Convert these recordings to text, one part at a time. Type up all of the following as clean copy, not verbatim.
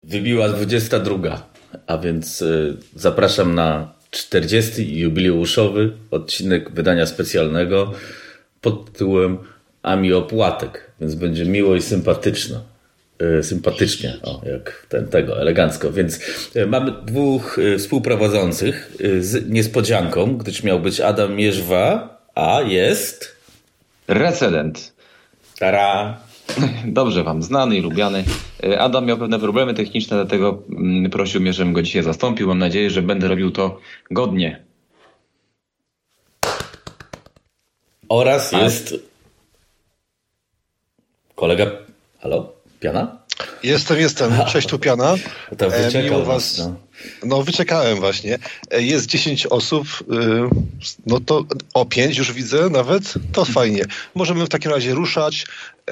Wybiła 22, a więc zapraszam na 40. jubileuszowy odcinek wydania specjalnego pod tytułem Ami Opłatek, więc będzie miło i sympatyczno. Sympatycznie, jak tego, elegancko. Więc mamy dwóch współprowadzących z niespodzianką, gdyż miał być Adam Mierzwa, a jest... Recedent. Tara! Dobrze wam znany i lubiany. Adam miał pewne problemy techniczne, dlatego prosił mnie, żebym go dzisiaj zastąpił. Mam nadzieję, że będę robił to godnie. Oraz jest kolega... Halo? Piana? Jestem. Cześć, tu Piana. To wyczekał was. No, wyczekałem właśnie. Jest 10 osób, no to o 5 już widzę nawet. To fajnie. Możemy w takim razie ruszać.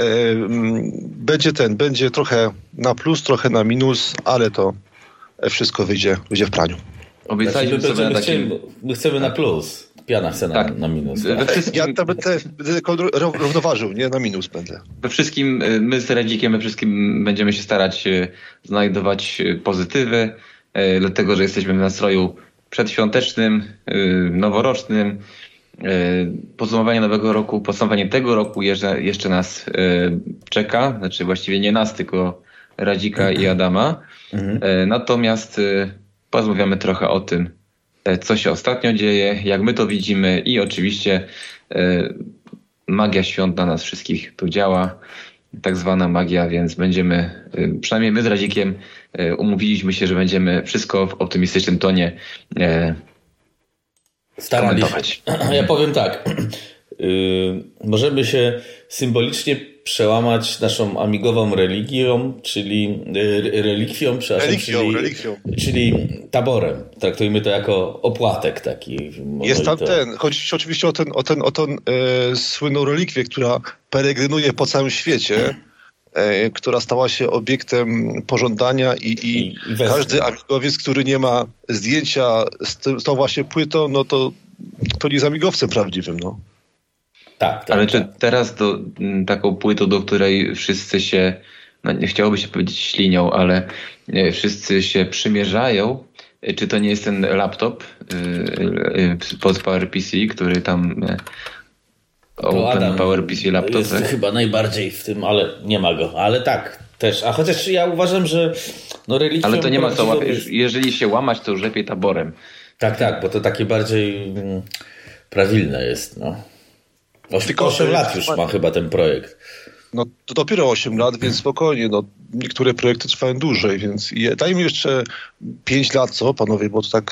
Będzie trochę na plus, trochę na minus, ale to wszystko wyjdzie w praniu. Obiecaliśmy sobie na takim... My chcemy na plus. Piana chce na minus. Tak? Ja tam będę równoważył, nie? Na minus będę. We wszystkim, my z Redzikiem, we wszystkim będziemy się starać znajdować pozytywy, dlatego, że jesteśmy w nastroju przedświątecznym, noworocznym. Podsumowanie nowego roku, podsumowanie tego roku jeszcze nas czeka. Znaczy właściwie nie nas, tylko Radzika i Adama. Natomiast porozmawiamy trochę o tym, co się ostatnio dzieje, jak my to widzimy i oczywiście magia świąt na nas wszystkich tu działa, tak zwana magia, więc będziemy, przynajmniej my z Radzikiem umówiliśmy się, że będziemy wszystko w optymistycznym tonie komentować. Ja powiem tak, możemy się symbolicznie przełamać naszą amigową relikwią, czyli taborem. Traktujmy to jako opłatek taki. Jest tam chodzi oczywiście o tę słynną relikwię, która peregrinuje po całym świecie, która stała się obiektem pożądania i każdy amigowiec, który nie ma zdjęcia z tą właśnie płytą, no to nie jest amigowcem prawdziwym, no. Tak. Ale czy teraz taką płytą, do której wszyscy się, no nie chciałoby się powiedzieć ślinią, ale wszyscy się przymierzają, czy to nie jest ten laptop pod PowerPC, który tam Open PowerPC laptop? Jest chyba najbardziej w tym, ale nie ma go. Ale tak, też. A chociaż ja uważam, że relikwią... Ale to nie ma co, jeżeli się łamać, to już lepiej taborem. Tak, bo to takie bardziej prawilne jest, no. 8 lat już ma chyba ten projekt. No to dopiero 8 lat, więc spokojnie. No, niektóre projekty trwają dłużej, więc dajmy jeszcze 5 lat, co panowie, bo to tak...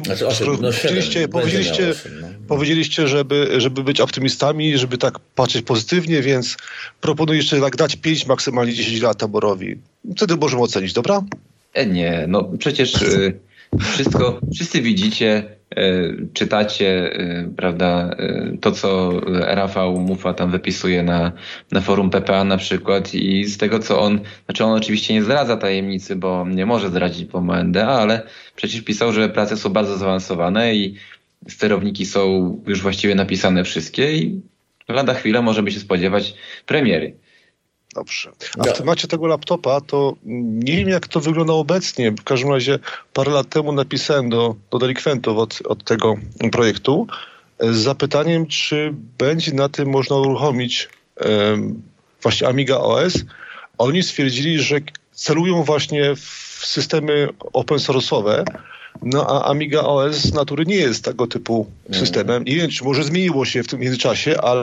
Powiedzieliście, żeby być optymistami, żeby tak patrzeć pozytywnie, więc proponuję jeszcze tak dać 5, maksymalnie 10 lat taborowi. Wtedy możemy ocenić, dobra? Nie, no przecież wszyscy widzicie, czytacie, prawda, to co Rafał Mufa tam wypisuje na forum PPA na przykład i z tego co on oczywiście nie zdradza tajemnicy, bo nie może zdradzić po MND, ale przecież pisał, że prace są bardzo zaawansowane i sterowniki są już właściwie napisane wszystkie i lada chwila możemy się spodziewać premiery. Dobrze. A w temacie tego laptopa to nie wiem, jak to wygląda obecnie. W każdym razie parę lat temu napisałem do delikwentów od tego projektu z zapytaniem, czy będzie na tym można uruchomić właśnie Amiga OS. Oni stwierdzili, że celują właśnie w systemy open source'owe, no a Amiga OS z natury nie jest tego typu systemem. Nie wiem, czy może zmieniło się w tym międzyczasie, ale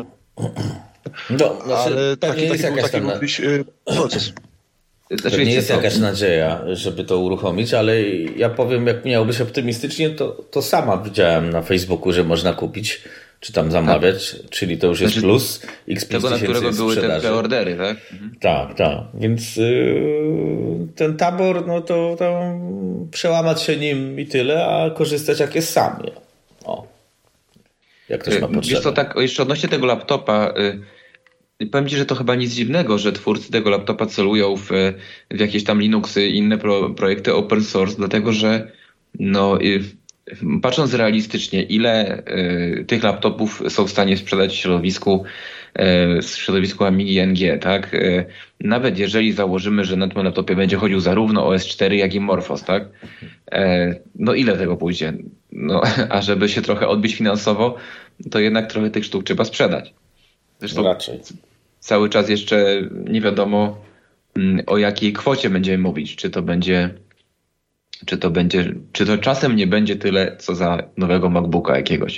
taki proces. Nie jest jakaś nadzieja, żeby to uruchomić, ale ja powiem, jak miało być optymistycznie, to sama widziałem na Facebooku, że można kupić, czy tam zamawiać, czyli to już jest plus. Tego, na którego były te preordery, tak? Tak. Więc ten tabor, no to tam przełamać się nim i tyle, a korzystać jak jest sam. Jak ktoś ma potrzebę. Wiesz co, tak, jeszcze odnośnie tego laptopa, powiem ci, że to chyba nic dziwnego, że twórcy tego laptopa celują w jakieś tam Linuxy i inne projekty open source, dlatego że patrząc realistycznie, ile tych laptopów są w stanie sprzedać w środowisku, w środowisku Amigi NG, tak? Nawet jeżeli założymy, że na tym laptopie będzie chodził zarówno OS 4, jak i Morphos, tak? No ile tego pójdzie? No, a żeby się trochę odbić finansowo, to jednak trochę tych sztuk trzeba sprzedać. Zresztą raczej. Cały czas jeszcze nie wiadomo, o jakiej kwocie będziemy mówić. Czy to czasem nie będzie tyle, co za nowego MacBooka jakiegoś.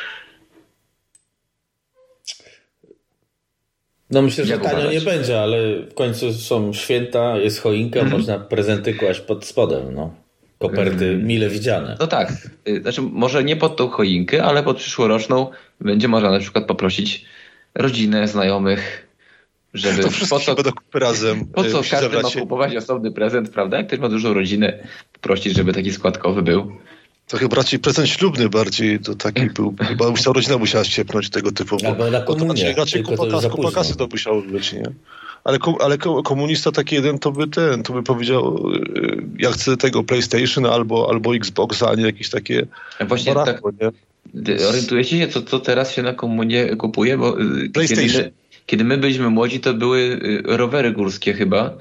No myślę, że Jak tanio uważać? nie będzie, ale w końcu są święta, jest choinka, można prezenty kłaść pod spodem, no. Koperty mile widziane. No tak, znaczy może nie pod tą choinkę, ale pod przyszłoroczną będzie można na przykład poprosić rodzinę, znajomych, żeby... To wszystko się będą kupy razem. Po co każdy ma kupować osobny prezent, prawda? Jak ktoś ma dużą rodzinę, prosić, żeby taki składkowy był. To chyba raczej prezent ślubny bardziej, to taki był, chyba rodzina musiała ściepnąć tego typu. Albo na komunię, raczej kupa kasy to musiało być, nie? Ale komunista taki jeden to by powiedział, ja chcę tego PlayStation albo Xbox, a nie jakieś takie Właśnie barachło, tak, nie? Orientujecie się, co teraz się na komunie kupuje? Bo kiedy my byliśmy młodzi, to były rowery górskie chyba.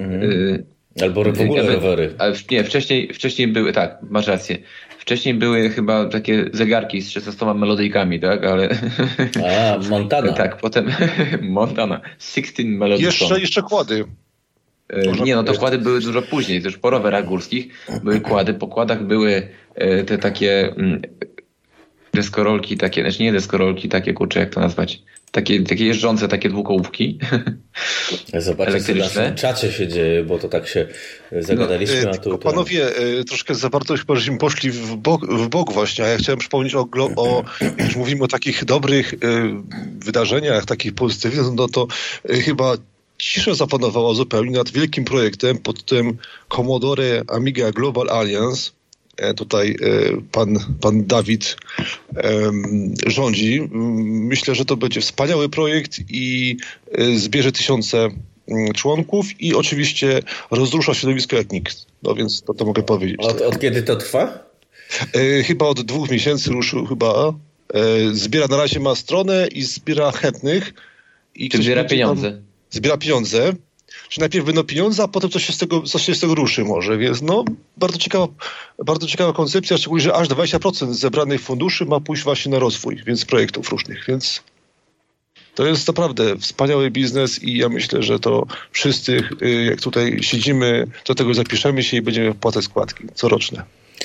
Albo w ogóle rowery. Ale nie, wcześniej były, tak, masz rację. Wcześniej były chyba takie zegarki z 16 melodyjkami, tak, ale... Montana. Tak, potem Montana. 16 Melodies. Jeszcze kłady. Nie, no to kłady były dużo później, to już po rowerach górskich były kłady, po kładach były te takie deskorolki, takie, znaczy nie deskorolki, takie, kurczę, jak to nazwać? Takie jeżdżące, takie dwukołówki. Zobaczcie, co na naszym czacie się dzieje, bo to tak się zagadaliśmy. Panowie, troszkę za bardzo chyba, żeśmy poszli w bok właśnie, a ja chciałem przypomnieć jak już mówimy o takich dobrych wydarzeniach, takich pozytywnych, no to chyba cisza zapanowała zupełnie nad wielkim projektem pod tym Commodore Amiga Global Alliance. Tutaj pan Dawid rządzi. Myślę, że to będzie wspaniały projekt i zbierze tysiące członków i oczywiście rozrusza środowisko jak nikt. No więc to mogę powiedzieć. Od kiedy to trwa? Chyba od 2 miesięcy ruszył chyba. Zbiera, na razie ma stronę i zbiera chętnych. I zbiera pieniądze. Zbiera pieniądze. Czy najpierw będą pieniądze, a potem coś się z tego ruszy może. Więc no, bardzo ciekawa koncepcja, szczególnie, że aż 20% zebranych funduszy ma pójść właśnie na rozwój, więc projektów różnych. Więc to jest naprawdę wspaniały biznes i ja myślę, że to wszyscy, jak tutaj siedzimy, do tego zapiszemy się i będziemy wpłacać składki coroczne.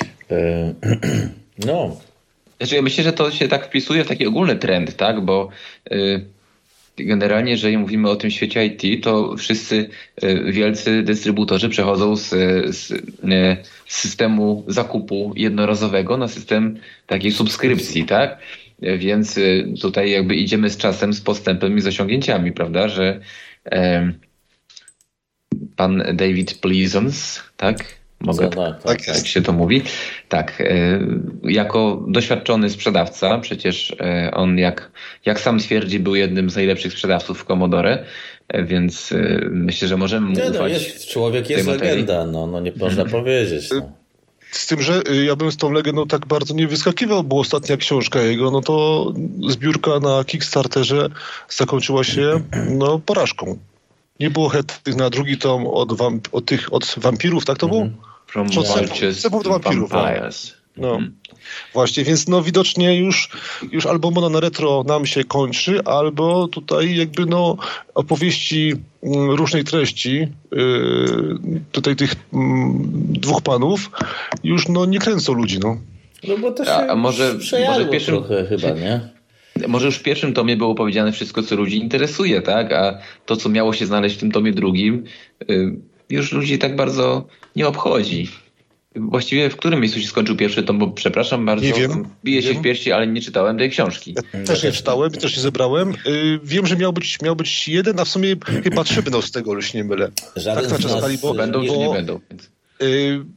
No. Znaczy, ja myślę, że to się tak wpisuje w taki ogólny trend, tak? Bo generalnie, jeżeli mówimy o tym świecie IT, to wszyscy wielcy dystrybutorzy przechodzą z systemu zakupu jednorazowego na system takiej subskrypcji, tak? Więc tutaj jakby idziemy z czasem, z postępem i z osiągnięciami, prawda? Że pan David Pleasance, tak? Tak się to mówi. Tak, jako doświadczony sprzedawca, przecież on jak sam twierdzi, był jednym z najlepszych sprzedawców w Commodore, więc myślę, że możemy mu ufać. Człowiek jest legenda, no nie można powiedzieć. No. Z tym, że ja bym z tą legendą tak bardzo nie wyskakiwał, bo ostatnia książka jego, no to zbiórka na Kickstarterze zakończyła się porażką. Nie było chętnych na drugi tom od wampirów, tak to było? From Vultures do wampirów. No. Właśnie, więc widocznie już albo moda na retro nam się kończy, albo tutaj jakby opowieści różnej treści tutaj tych dwóch panów już nie kręcą ludzi, no. No bo to się może pierwszym trochę chyba, nie? Może już w pierwszym tomie było powiedziane wszystko, co ludzi interesuje, tak? A to, co miało się znaleźć w tym tomie drugim, już ludzi tak bardzo nie obchodzi. Właściwie w którym miejscu się skończył pierwszy tom, bo przepraszam bardzo, biję się w piersi, ale nie czytałem tej książki. Ja też nie czytałem, też nie zebrałem. Wiem, że miał być jeden, a w sumie chyba 3 będą z tego, jeśli nie mylę. Żaden z nas będą czy nie będą. Więc...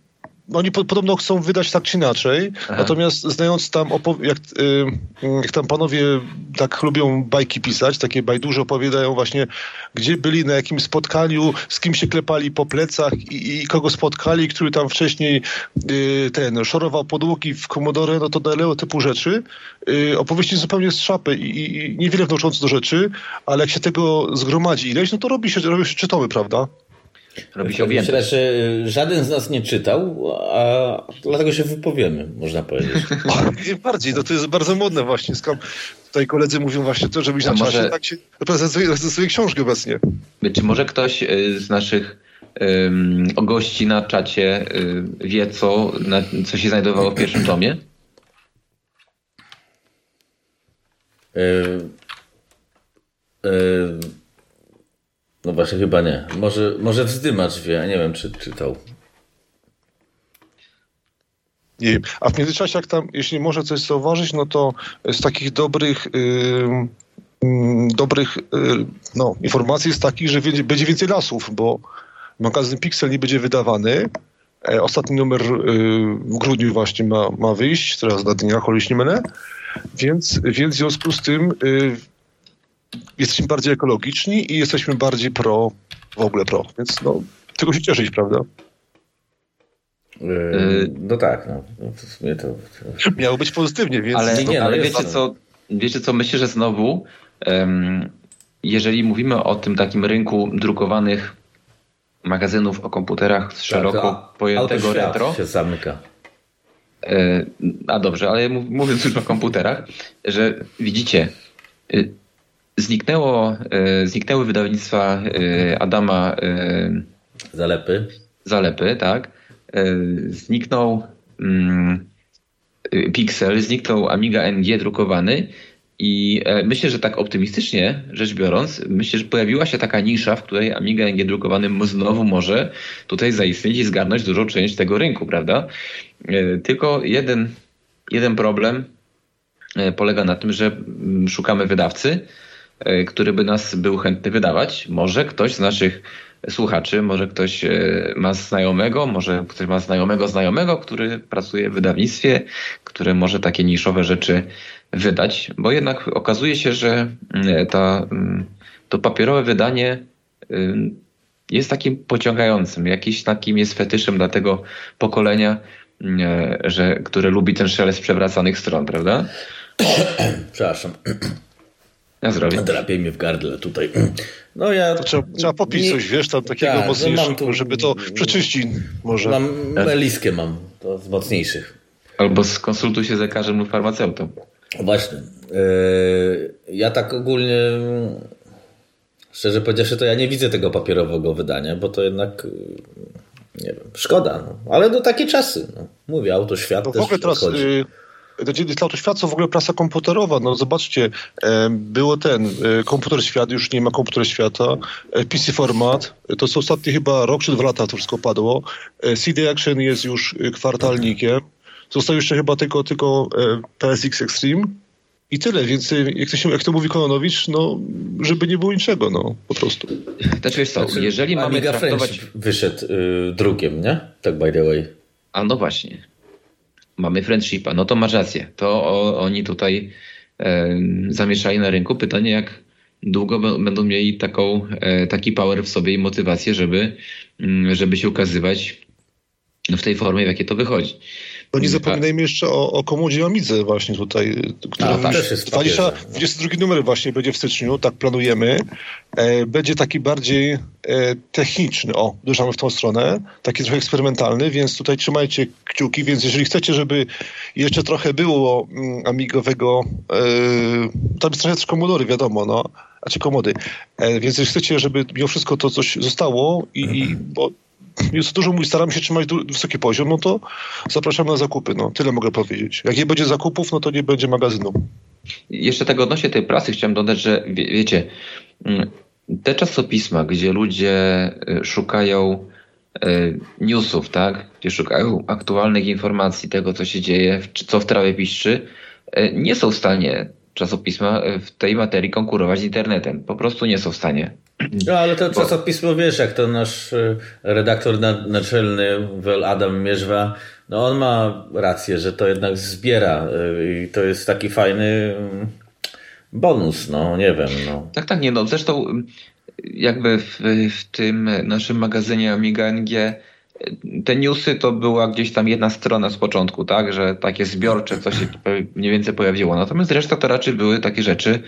oni podobno chcą wydać tak czy inaczej, natomiast znając tam, jak tam panowie tak lubią bajki pisać, takie bajduże opowiadają właśnie, gdzie byli, na jakim spotkaniu, z kim się klepali po plecach i kogo spotkali, który tam wcześniej szorował podłogi w Commodore, no to daleko typu rzeczy. Opowieści zupełnie z szapy i niewiele wnoszące do rzeczy, ale jak się tego zgromadzi ileś, no to robi się czytomy, prawda? Robi się objętość. Myślę, że żaden z nas nie czytał, a dlatego się wypowiemy, można powiedzieć. Bardziej, to jest bardzo modne właśnie. Tutaj koledzy mówią właśnie to, żeby być na czasie, tak się prezentuje książkę obecnie. Czy może ktoś z naszych gości na czacie wie, co się znajdowało w pierwszym tomie? No właśnie chyba nie. Może Wzdymacz wie, a nie wiem, czy czytał. Nie wiem. A w międzyczasie, jak tam, jeśli może coś zauważyć, no to z takich dobrych informacji jest takich, że będzie więcej lasów, bo magazyn Pixel nie będzie wydawany. Ostatni numer w grudniu właśnie ma wyjść, teraz na dniach, o ile się nie mylę. Więc w związku z tym jesteśmy bardziej ekologiczni i jesteśmy bardziej pro. Więc no, czego się cieszyć, prawda? No tak, no. W sumie to... Miało być pozytywnie, więc... Ale wiecie co, myślę, że znowu jeżeli mówimy o tym takim rynku drukowanych magazynów o komputerach z szeroko pojętego retro... się zamyka. A dobrze, ale mówiąc już o komputerach, że widzicie, zniknęły wydawnictwa Adama Zalepy, tak? Zniknął Pixel, zniknął Amiga NG drukowany i myślę, że tak optymistycznie rzecz biorąc, myślę, że pojawiła się taka nisza, w której Amiga NG drukowany znowu może tutaj zaistnieć i zgarnąć dużą część tego rynku, prawda? Tylko jeden problem polega na tym, że szukamy wydawcy, który by nas był chętny wydawać. Może ktoś z naszych słuchaczy, może ktoś ma znajomego, może ktoś ma znajomego, który pracuje w wydawnictwie, które może takie niszowe rzeczy wydać, bo jednak okazuje się, że to papierowe wydanie jest takim pociągającym, jakiś takim jest fetyszem dla tego pokolenia, które lubi ten szelest przewracanych stron, prawda? Przepraszam. Ja zrobię. Drapie mnie w gardle tutaj. No trzeba popić coś, wiesz, tam takiego mocniejszego, żeby to przeczyścić może. Meliskę mam, to z mocniejszych. Albo skonsultuj się z lekarzem lub farmaceutą. Właśnie. Ja tak ogólnie, szczerze powiedziawszy, to ja nie widzę tego papierowego wydania, bo to jednak, nie wiem, szkoda. No. Ale no takie czasy. No. Mówię, Autoświat to też w ogóle teraz dla Autoświat to w ogóle prasa komputerowa. No zobaczcie, było Komputer Świat, już nie ma Komputer Świata, PC Format, to są ostatnie chyba rok czy 2 lata to wszystko padło. CD Action jest już kwartalnikiem. Został jeszcze chyba tylko PSX Extreme i tyle, więc jak to mówi Kononowicz, no żeby nie było niczego, no po prostu. Jeżeli mamy Amiga traktować... wyszedł drukiem, nie? Tak by the way. A no właśnie. Mamy Friendshipa, no to masz rację. To oni tutaj zamieszali na rynku. Pytanie, jak długo będą mieli taki power w sobie i motywację, żeby się ukazywać w tej formie, w jakiej to wychodzi. No nie zapominajmy jeszcze o Commodzie Amidze właśnie tutaj, który 22 numer właśnie będzie w styczniu, tak planujemy. Będzie taki bardziej techniczny, uderzamy w tą stronę, taki trochę eksperymentalny, więc tutaj trzymajcie kciuki, więc jeżeli chcecie, żeby jeszcze trochę było amigowego, tam jest trochę też Commodory, wiadomo, no, Commody, więc jeżeli chcecie, żeby mimo wszystko to coś zostało bo jest dużo staramy się trzymać wysoki poziom, no to zapraszamy na zakupy. No, tyle mogę powiedzieć. Jak nie będzie zakupów, no to nie będzie magazynu. Jeszcze tak odnośnie tej prasy chciałem dodać, że wiecie, te czasopisma, gdzie ludzie szukają newsów, tak? Gdzie szukają aktualnych informacji, tego co się dzieje, co w trawie piszczy, nie są w stanie czasopisma w tej materii konkurować z internetem. Po prostu nie są w stanie. No ale to czasopismo, wiesz, jak to nasz redaktor naczelny Adam Mierzwa, no on ma rację, że to jednak zbiera i to jest taki fajny bonus, no nie wiem. No. Tak, nie, no zresztą jakby w tym naszym magazynie Amiga NG te newsy to była gdzieś tam jedna strona z początku, tak, że takie zbiorcze coś się mniej więcej pojawiło. Natomiast reszta to raczej były takie rzeczy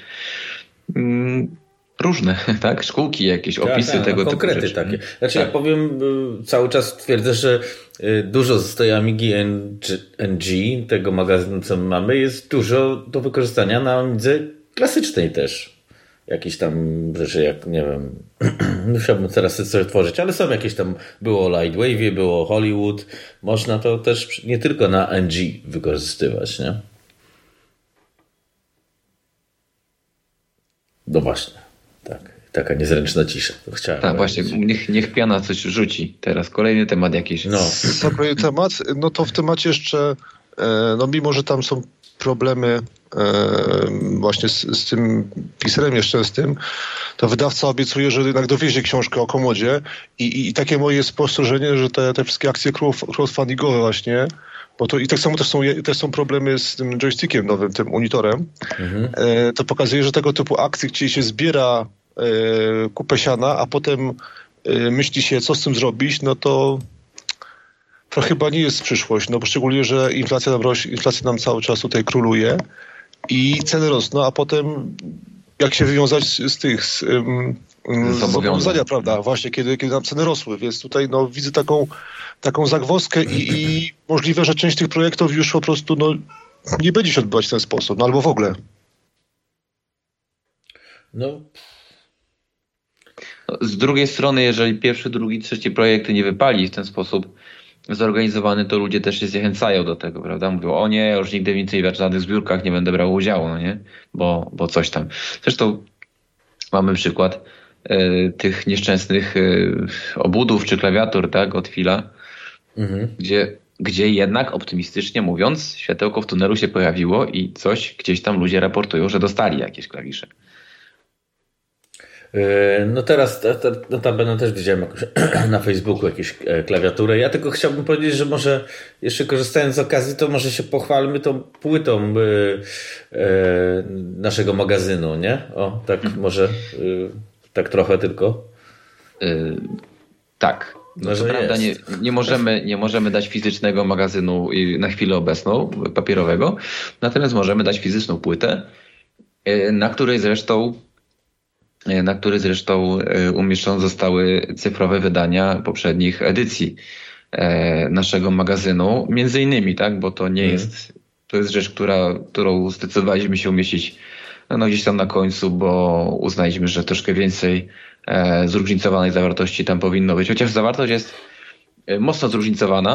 różne, tak? Szkółki jakieś, opisy tego typu konkrety rzeczy. takie. Znaczy ja powiem, cały czas twierdzę, że dużo z tej Amigi NG, tego magazynu, co mamy, jest dużo do wykorzystania na Amidze klasycznej też. Jakieś tam rzeczy, jak nie wiem, musiałbym teraz coś tworzyć, ale są jakieś tam, było o Lightwave'ie, było o Hollywood. Można to też nie tylko na NG wykorzystywać, nie? No właśnie, tak. Taka niezręczna cisza. To chciałem tak, właśnie, niech piana coś rzuci. Teraz kolejny temat jakiś. No. Kolejny temat, no to w temacie jeszcze, no mimo, że tam są problemy właśnie z tym piserem jeszcze z tym, to wydawca obiecuje, że jednak dowiezie książkę o Komodzie i takie moje spostrzeżenie, że te wszystkie akcje crowdfundingowe właśnie, bo to i tak samo też są problemy z tym joystickiem nowym, tym unitorem, to pokazuje, że tego typu akcje, gdzie się zbiera kupę siana, a potem myśli się, co z tym zrobić, no to chyba nie jest przyszłość, no bo szczególnie, że inflacja nam cały czas tutaj króluje i ceny rosną, a potem jak się wywiązać z zobowiązania, prawda? Właśnie, kiedy nam ceny rosły, więc tutaj no, widzę taką zagwozdkę i możliwe, że część tych projektów już po prostu no, nie będzie się odbywać w ten sposób, no albo w ogóle. No. Z drugiej strony, jeżeli pierwszy, drugi, trzeci projekt nie wypali w ten sposób zorganizowany, to ludzie też się zniechęcają do tego, prawda? Mówią, o nie, już nigdy więcej w żadnych zbiórkach nie będę brał udziału, no nie? Bo coś tam. Zresztą mamy przykład tych nieszczęsnych obudów czy klawiatur, tak, od Phila, gdzie jednak optymistycznie mówiąc światełko w tunelu się pojawiło i coś gdzieś tam ludzie raportują, że dostali jakieś klawisze. No teraz notabene też widziałem na Facebooku jakieś klawiatury. Ja tylko chciałbym powiedzieć, że może jeszcze korzystając z okazji, to może się pochwalmy tą płytą naszego magazynu, nie? O, tak może tak trochę tylko. Tak. No co prawda nie możemy dać fizycznego magazynu na chwilę obecną, papierowego, natomiast możemy dać fizyczną płytę, na której zresztą umieszczone zostały cyfrowe wydania poprzednich edycji naszego magazynu. Między innymi, tak, bo to nie jest, to jest rzecz, którą zdecydowaliśmy się umieścić no, gdzieś tam na końcu, bo uznaliśmy, że troszkę więcej zróżnicowanej zawartości tam powinno być. Chociaż zawartość jest mocno zróżnicowana.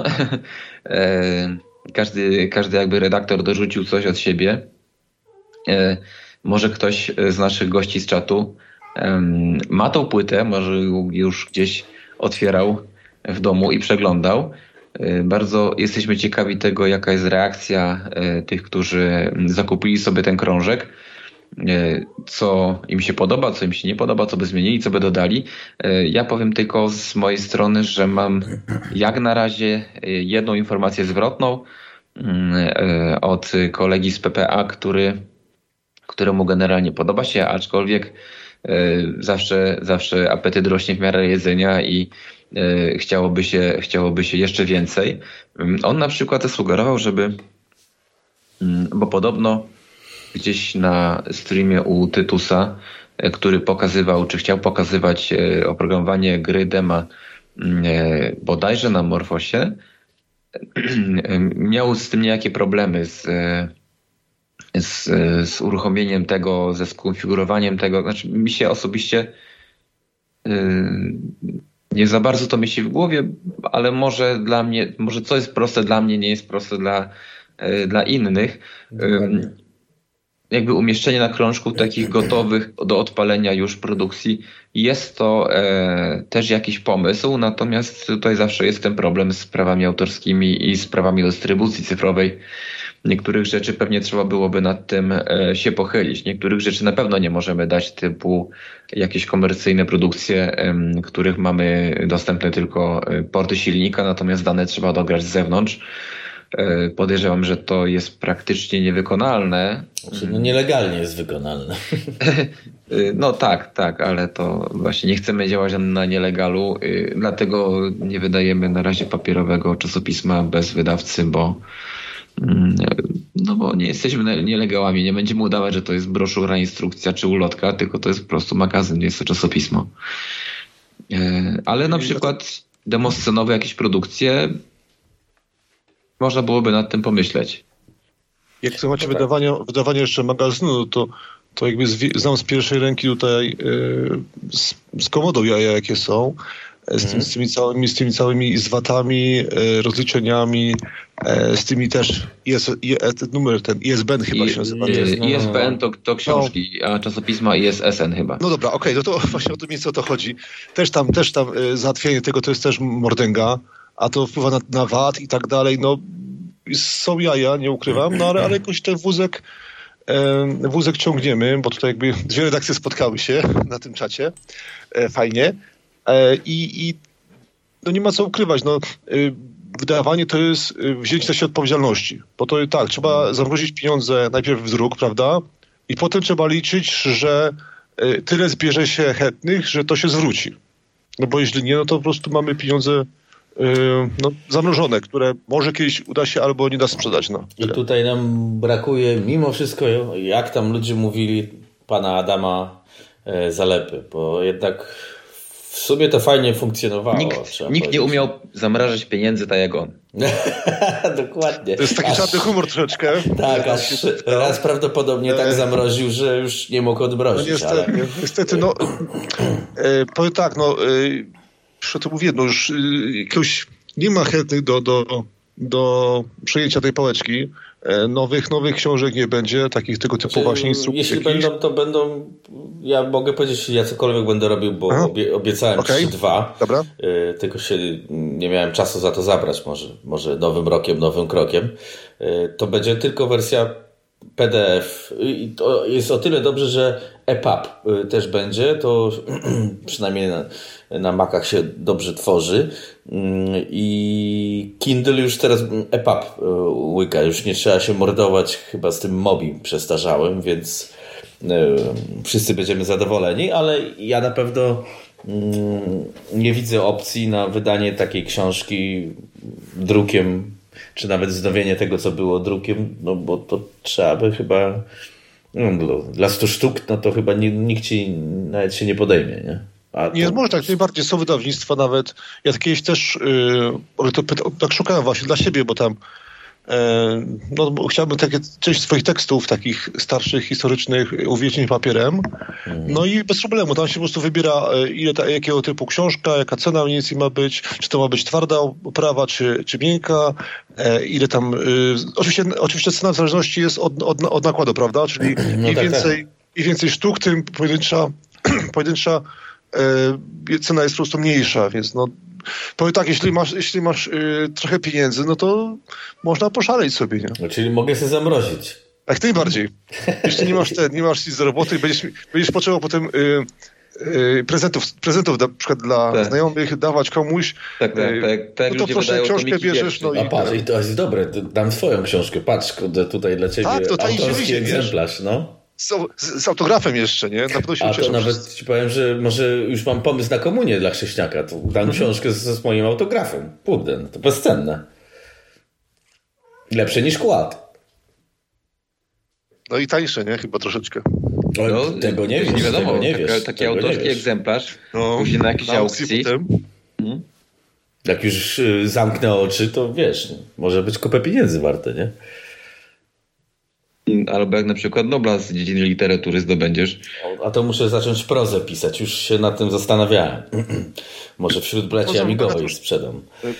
Każdy jakby redaktor dorzucił coś od siebie. Może ktoś z naszych gości z czatu ma tą płytę, może już gdzieś otwierał w domu i przeglądał. Bardzo jesteśmy ciekawi tego, jaka jest reakcja tych, którzy zakupili sobie ten krążek. Co im się podoba, co im się nie podoba, co by zmienili, co by dodali. Ja powiem tylko z mojej strony, że mam jak na razie jedną informację zwrotną od kolegi z PPA, któremu generalnie podoba się, aczkolwiek zawsze apetyt rośnie w miarę jedzenia i chciałoby się jeszcze więcej. On na przykład zasugerował, bo podobno gdzieś na streamie u Tytusa, który pokazywał, czy chciał pokazywać oprogramowanie gry dema bodajże na Morfosie, miał z tym niejakie problemy z uruchomieniem tego, ze skonfigurowaniem tego. Znaczy mi się osobiście nie za bardzo to mieści w głowie, ale może dla mnie, może co jest proste dla mnie, nie jest proste dla innych. Jakby umieszczenie na krążku takich gotowych do odpalenia już produkcji jest to też jakiś pomysł, natomiast tutaj zawsze jest ten problem z prawami autorskimi i z prawami dystrybucji cyfrowej, Niektórych rzeczy pewnie trzeba byłoby nad tym się pochylić. Niektórych rzeczy na pewno nie możemy dać, typu jakieś komercyjne produkcje, których mamy dostępne tylko porty silnika, natomiast dane trzeba dograć z zewnątrz. Podejrzewam, że to jest praktycznie niewykonalne. Znaczy, nielegalnie jest wykonalne. No tak, ale to właśnie nie chcemy działać na nielegalu, dlatego nie wydajemy na razie papierowego czasopisma bez wydawcy, bo nie jesteśmy nielegalami. Nie będziemy udawać, że to jest broszura, instrukcja czy ulotka, tylko to jest po prostu magazyn, nie jest to czasopismo. Ale na przykład demoscenowe jakieś produkcje można byłoby nad tym pomyśleć. Jak to macie wydawanie jeszcze magazynu, to jakby znam z pierwszej ręki tutaj z Komodą jaja, jakie są, z tymi całymi zwatami, rozliczeniami, z tymi też numer ten ISBN chyba się nazywa. ISBN to książki, a czasopisma ISSN chyba. No dobra, okej, no to właśnie o to miejsce o to chodzi. Też tam załatwienie tego to jest też mordęga, a to wpływa na VAT i tak dalej. No są jaja, nie ukrywam, no ale jakoś ten wózek ciągniemy, bo tutaj jakby dwie redakcje spotkały się na tym czacie. Fajnie. I no nie ma co ukrywać. No, wydawanie to jest wzięcie na siebie odpowiedzialności. Bo to tak, trzeba zamrozić pieniądze najpierw w druk, prawda? I potem trzeba liczyć, że tyle zbierze się chętnych, że to się zwróci. No bo jeśli nie, no to po prostu mamy pieniądze zamrożone, które może kiedyś uda się albo nie da sprzedać. No. I tutaj nam brakuje mimo wszystko, jak tam ludzie mówili, pana Adama Zalepy, bo jednak w sumie to fajnie funkcjonowało. Nikt nie umiał zamrażać pieniędzy tak jak on. Dokładnie. To jest taki czarny humor troszeczkę. Tak, raz prawdopodobnie tak zamroził, że już nie mógł odmrozić. No niestety, powiem tak, przy tym mówię, już jakiegoś nie ma chętnych do przejęcia tej pałeczki. Nowych książek nie będzie, takich tego typu właśnie instrukcji. Jeśli będą, to będą, ja mogę powiedzieć, ja cokolwiek będę robił, bo obiecałem 3-2. Dobra. Tylko się nie miałem czasu za to zabrać, może nowym rokiem, nowym krokiem. To będzie tylko wersja PDF. I to jest o tyle dobrze, że EPUB też będzie, to przynajmniej na Macach się dobrze tworzy i Kindle już teraz EPUB łyka, już nie trzeba się mordować chyba z tym Mobi przestarzałym, więc wszyscy będziemy zadowoleni, ale ja na pewno nie widzę opcji na wydanie takiej książki drukiem, czy nawet wznowienie tego, co było drukiem, no bo to trzeba by chyba dla 100 sztuk, no to chyba nikt ci nawet się nie podejmie, nie? Nie, może tak, najbardziej są wydawnictwa nawet. Ja kiedyś też tak szukałem właśnie dla siebie, bo tam bo chciałbym część swoich tekstów takich starszych, historycznych uwiecznić papierem. No i bez problemu. Tam się po prostu wybiera jakiego typu książka, jaka cena mniej więcej ma być, czy to ma być twarda oprawa, czy miękka, ile tam... Oczywiście cena w zależności jest od nakładu, prawda? Czyli im więcej sztuk, tym pojedyncza cena jest po prostu mniejsza, więc powiem tak, jeśli masz trochę pieniędzy, no to można poszaleć sobie, nie? No, czyli mogę się zamrozić. Jak najbardziej. Jeśli nie masz nic do roboty, będziesz potrzebował potem prezentów na przykład dla znajomych, dawać komuś. Tak, no to proszę, książkę bierzesz. A patrz, i to jest dobre, dam swoją książkę, patrz, tutaj dla ciebie autorski egzemplarz, z autografem jeszcze, nie? Na pewno się ucieszę. To nawet ci powiem, że może już mam pomysł na komunię dla chrześniaka. To dam książkę z moim autografem. Kurde, to bezcenne. Lepsze niż kład. No i tańsze, nie? Chyba troszeczkę. Tego nie wiesz. Nie wiadomo, tego nie wiesz. Taki autorski egzemplarz. Później na jakiejś aukcji. Jak już zamknę oczy, to wiesz, może być kupę pieniędzy warte, nie? Albo jak na przykład Nobla z dziedziny literatury zdobędziesz. A to muszę zacząć prozę pisać. Już się nad tym zastanawiałem. Może wśród braci amigowych sprzedam.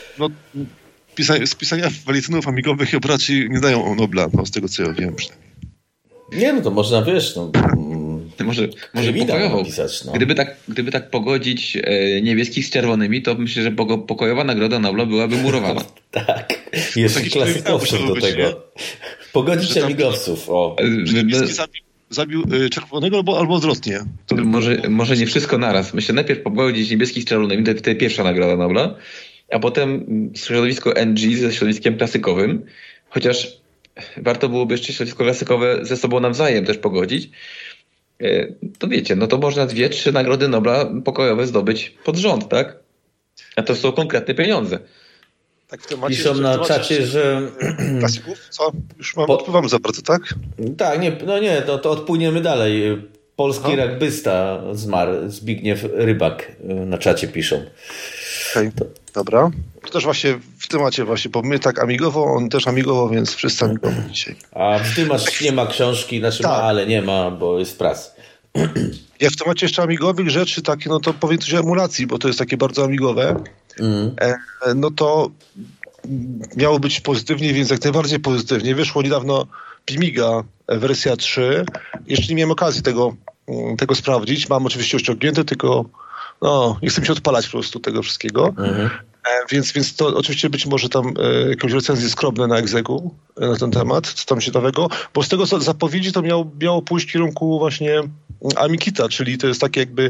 Z pisania walizynów amigowych chyba raczej nie dają o Nobla, z tego co ja wiem przynajmniej. Nie, to można, wiesz, może pokojowo pisać, Gdyby tak pogodzić niebieskich z czerwonymi, to myślę, że pokojowa nagroda Nobla byłaby murowana. Tak. Jeszcze klasykowców do tego. Pogodzić amigowców. O. Zabił czerwonego albo odwrotnie. Może nie wszystko naraz. Myślę, najpierw pogodzić niebieskich z czerwonymi, to pierwsza nagroda Nobla, a potem środowisko NG ze środowiskiem klasykowym, chociaż warto byłoby jeszcze środowisko klasykowe ze sobą nawzajem też pogodzić. To wiecie, no to można 2-3 nagrody Nobla pokojowe zdobyć pod rząd, tak? A to są konkretne pieniądze. Tak, w temacie, piszą na czacie, że... Klasyków? Co? Już odpływamy za bardzo, tak? Tak, to odpłyniemy dalej. Polski rugbysta zmarł, Zbigniew Rybak na czacie piszą. Okej, dobra. To też właśnie w temacie bo my tak amigowo, on też amigowo, więc wszyscy amigowo dzisiaj. A Dymasz nie ma książki, ma, ale nie ma, bo jest pras. Jak w temacie jeszcze amigowych rzeczy takie, no to powiem coś o emulacji, bo to jest takie bardzo amigowe. No to miało być pozytywnie, więc jak najbardziej pozytywnie. Wyszło niedawno Pimiga wersja 3. Jeszcze nie miałem okazji tego sprawdzić. Mam oczywiście ściągnięte, tylko nie chcę mi się odpalać po prostu tego wszystkiego. Więc to oczywiście być może tam jakąś recenzję skromne na Exegu na ten temat, co tam się nowego, bo z tego zapowiedzi to miało pójść w kierunku właśnie Amikita, czyli to jest takie jakby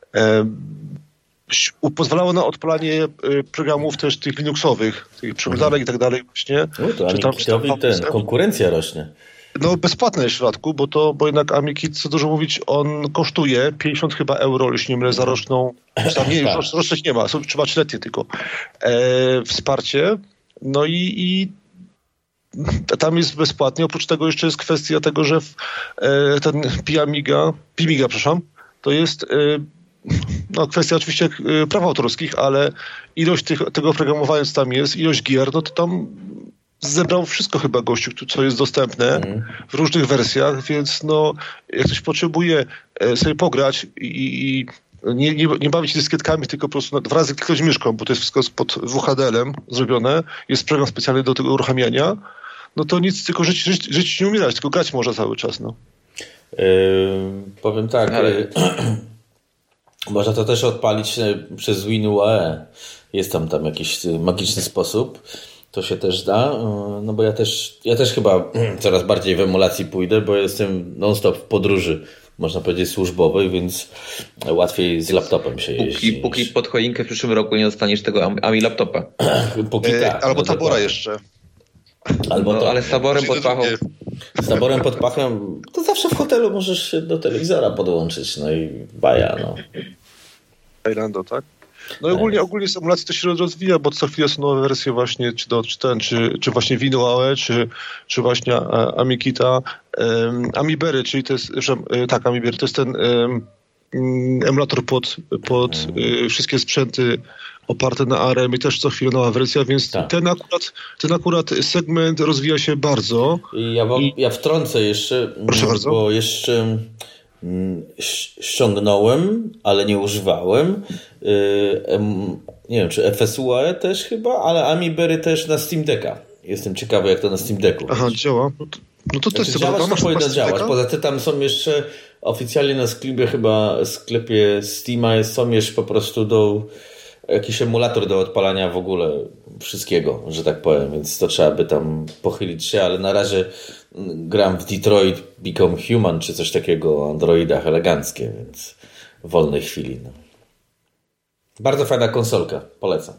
pozwalało na odpalanie programów też tych Linuxowych, tych przeglądarek i tak dalej właśnie. To Amikitowi konkurencja rośnie. No bezpłatne jest w środku, bo jednak Amikit, co dużo mówić, on kosztuje 50 chyba euro, jeśli nie mylę, za roczną, już rocznych nie ma, są trzeba 3-letnie tylko, wsparcie. No i tam jest bezpłatnie. Oprócz tego jeszcze jest kwestia tego, że ten Pimiga, to jest kwestia oczywiście praw autorskich, ale ilość tego oprogramowania, co tam jest, ilość gier, no to tam zebrał wszystko chyba gościu, co jest dostępne w różnych wersjach, więc jak ktoś potrzebuje sobie pograć i nie bawić się dyskietkami, tylko po prostu 2 razy kliknąć myszką, bo to jest wszystko pod WHDL-em zrobione, jest program specjalny do tego uruchamiania, no to nic, tylko żyć nie umierać, tylko grać można cały czas. Powiem tak, można to też odpalić przez WinUAE. Jest tam jakiś magiczny sposób. To się też da, no bo ja też chyba coraz bardziej w emulacji pójdę, bo jestem non-stop w podróży, można powiedzieć służbowej, więc łatwiej z laptopem się jeździ. Póki pod choinkę w przyszłym roku nie dostaniesz tego AMI laptopa. Póki tak. Albo Tabora jeszcze. Ale z taborem pod pachą. Z taborem pod pachem to zawsze w hotelu możesz się do telewizora podłączyć, i baja, Bailando, tak? No i ogólnie z emulacji to się rozwija, bo co chwilę są nowe wersje właśnie, czy właśnie WinUAE, czy właśnie Amikita. Amibery, czyli to jest, Amibery, to jest ten emulator pod wszystkie sprzęty oparte na ARM i też co chwilę nowa wersja, więc ten akurat segment rozwija się bardzo. Ja wtrącę jeszcze, proszę bardzo. Bo jeszcze ściągnąłem, ale nie używałem. Nie wiem, czy FSUAE też chyba, ale Amibery też na Steam Decka. Jestem ciekawy, jak to na Steam Decku. Aha, działa. No to też powinno działać. Poza tym tam są jeszcze oficjalnie na sklepie Steama są jeszcze po prostu jakiś emulator do odpalania w ogóle wszystkiego, że tak powiem, więc to trzeba by tam pochylić się, ale na razie gram w Detroit Become Human, czy coś takiego o androidach eleganckie, więc w wolnej chwili. Bardzo fajna konsolka, polecam.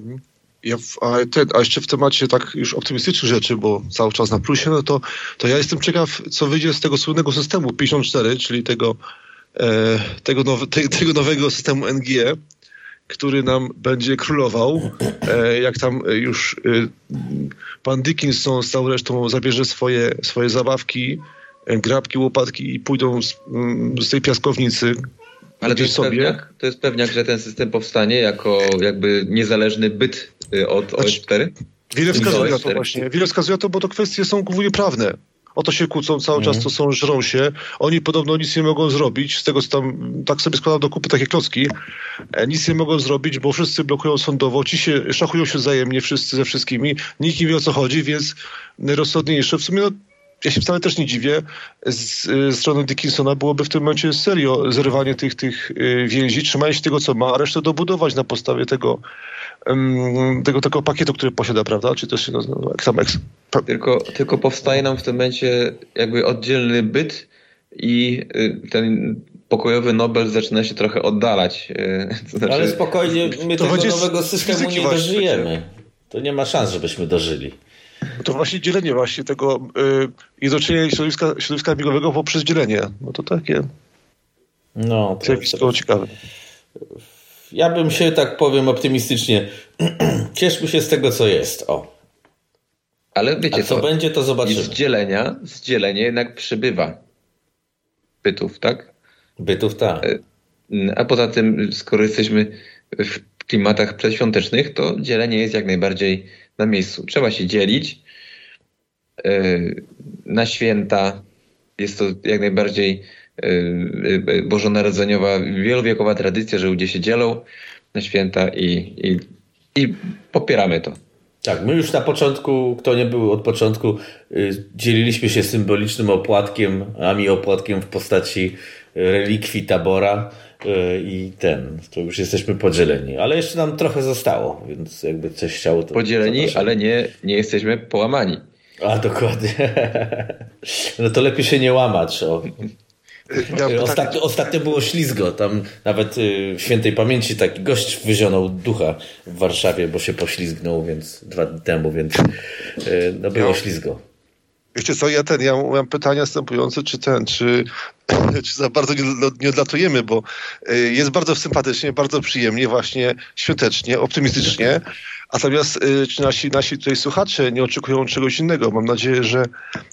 A jeszcze w temacie tak już optymistycznych rzeczy, bo cały czas na plusie, to ja jestem ciekaw, co wyjdzie z tego słynnego systemu 54, czyli tego nowego systemu NGE, który nam będzie królował, jak tam już pan Dickinson z całą resztą zabierze swoje zabawki, grabki, łopatki i pójdą z tej piaskownicy. Ale to jest pewniak, że ten system powstanie jako jakby niezależny byt od OS4? Wiele wskazuje na to właśnie. Wiele wskazuje na to, bo to kwestie są głównie prawne. O to się kłócą cały czas, to żrą się. Oni podobno nic nie mogą zrobić. Z tego, co tam tak sobie składam do kupy takie klocki. Nic nie mogą zrobić, bo wszyscy blokują sądowo. Ci się szachują się wzajemnie, wszyscy ze wszystkimi. Nikt nie wie, o co chodzi, więc rozsądniejsze. W sumie ja się wcale też nie dziwię, z strony Dickinsona byłoby w tym momencie serio zerwanie tych więzi, trzymanie się tego, co ma, a resztę dobudować na podstawie tego pakietu, który posiada, prawda? Czy też się nazywa Xamex. Tylko powstaje nam w tym momencie jakby oddzielny byt i ten pokojowy Nobel zaczyna się trochę oddalać. To znaczy, ale spokojnie, my tego nowego systemu nie dożyjemy. To nie ma szans, żebyśmy dożyli. To właśnie dzielenie właśnie tego jednoczenia środowiska migowego poprzez dzielenie. No to takie. No, to ciekawe. Ja bym się, tak powiem optymistycznie, cieszmy się z tego, co jest. O. Ale wiecie co będzie, to zobaczymy. I z dzielenia jednak przybywa bytów, tak? Bytów, tak. A poza tym, skoro jesteśmy w klimatach przedświątecznych, to dzielenie jest jak najbardziej na miejscu. Trzeba się dzielić. Na święta jest to jak najbardziej bożonarodzeniowa, wielowiekowa tradycja, że ludzie się dzielą na święta i popieramy to. Tak, my już na początku, kto nie był od początku, dzieliliśmy się symbolicznym opłatkiem, opłatkiem w postaci relikwii Tabora i to już jesteśmy podzieleni. Ale jeszcze nam trochę zostało, więc jakby coś chciało, to podzieleni, zapraszamy. Ale nie jesteśmy połamani. A, dokładnie. No to lepiej się nie łamać. Ostatnio było ślizgo. Tam nawet w świętej pamięci taki gość wyzionął ducha w Warszawie, bo się poślizgnął 2 dni temu, więc było ślizgo. Wiecie co, ja mam pytania następujące, czy za bardzo nie odlatujemy, bo jest bardzo sympatycznie, bardzo przyjemnie, właśnie świątecznie, optymistycznie. Natomiast czy nasi tutaj słuchacze nie oczekują czegoś innego? Mam nadzieję, że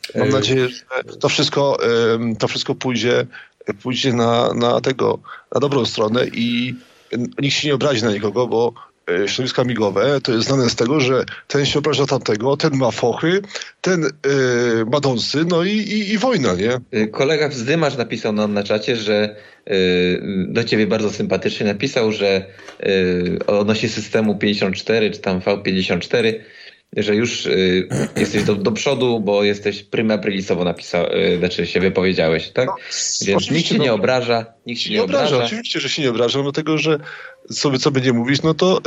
to wszystko pójdzie na dobrą stronę i nikt się nie obrazi na nikogo, bo środowiska migowe to jest znane z tego, że ten się obraża tamtego, ten ma fochy, ten ma dąsy, no i wojna, nie? Kolega Wzdymacz napisał nam na czacie, że do ciebie bardzo sympatycznie napisał, że odnośnie systemu 54 czy tam V54, że już jesteś do przodu, bo jesteś prima aprilisowo się wypowiedziałeś, tak? No, więc nikt się nie obraża. Nikt się nie obraża. Oczywiście, że się nie obraża, dlatego że co będzie mówić, no to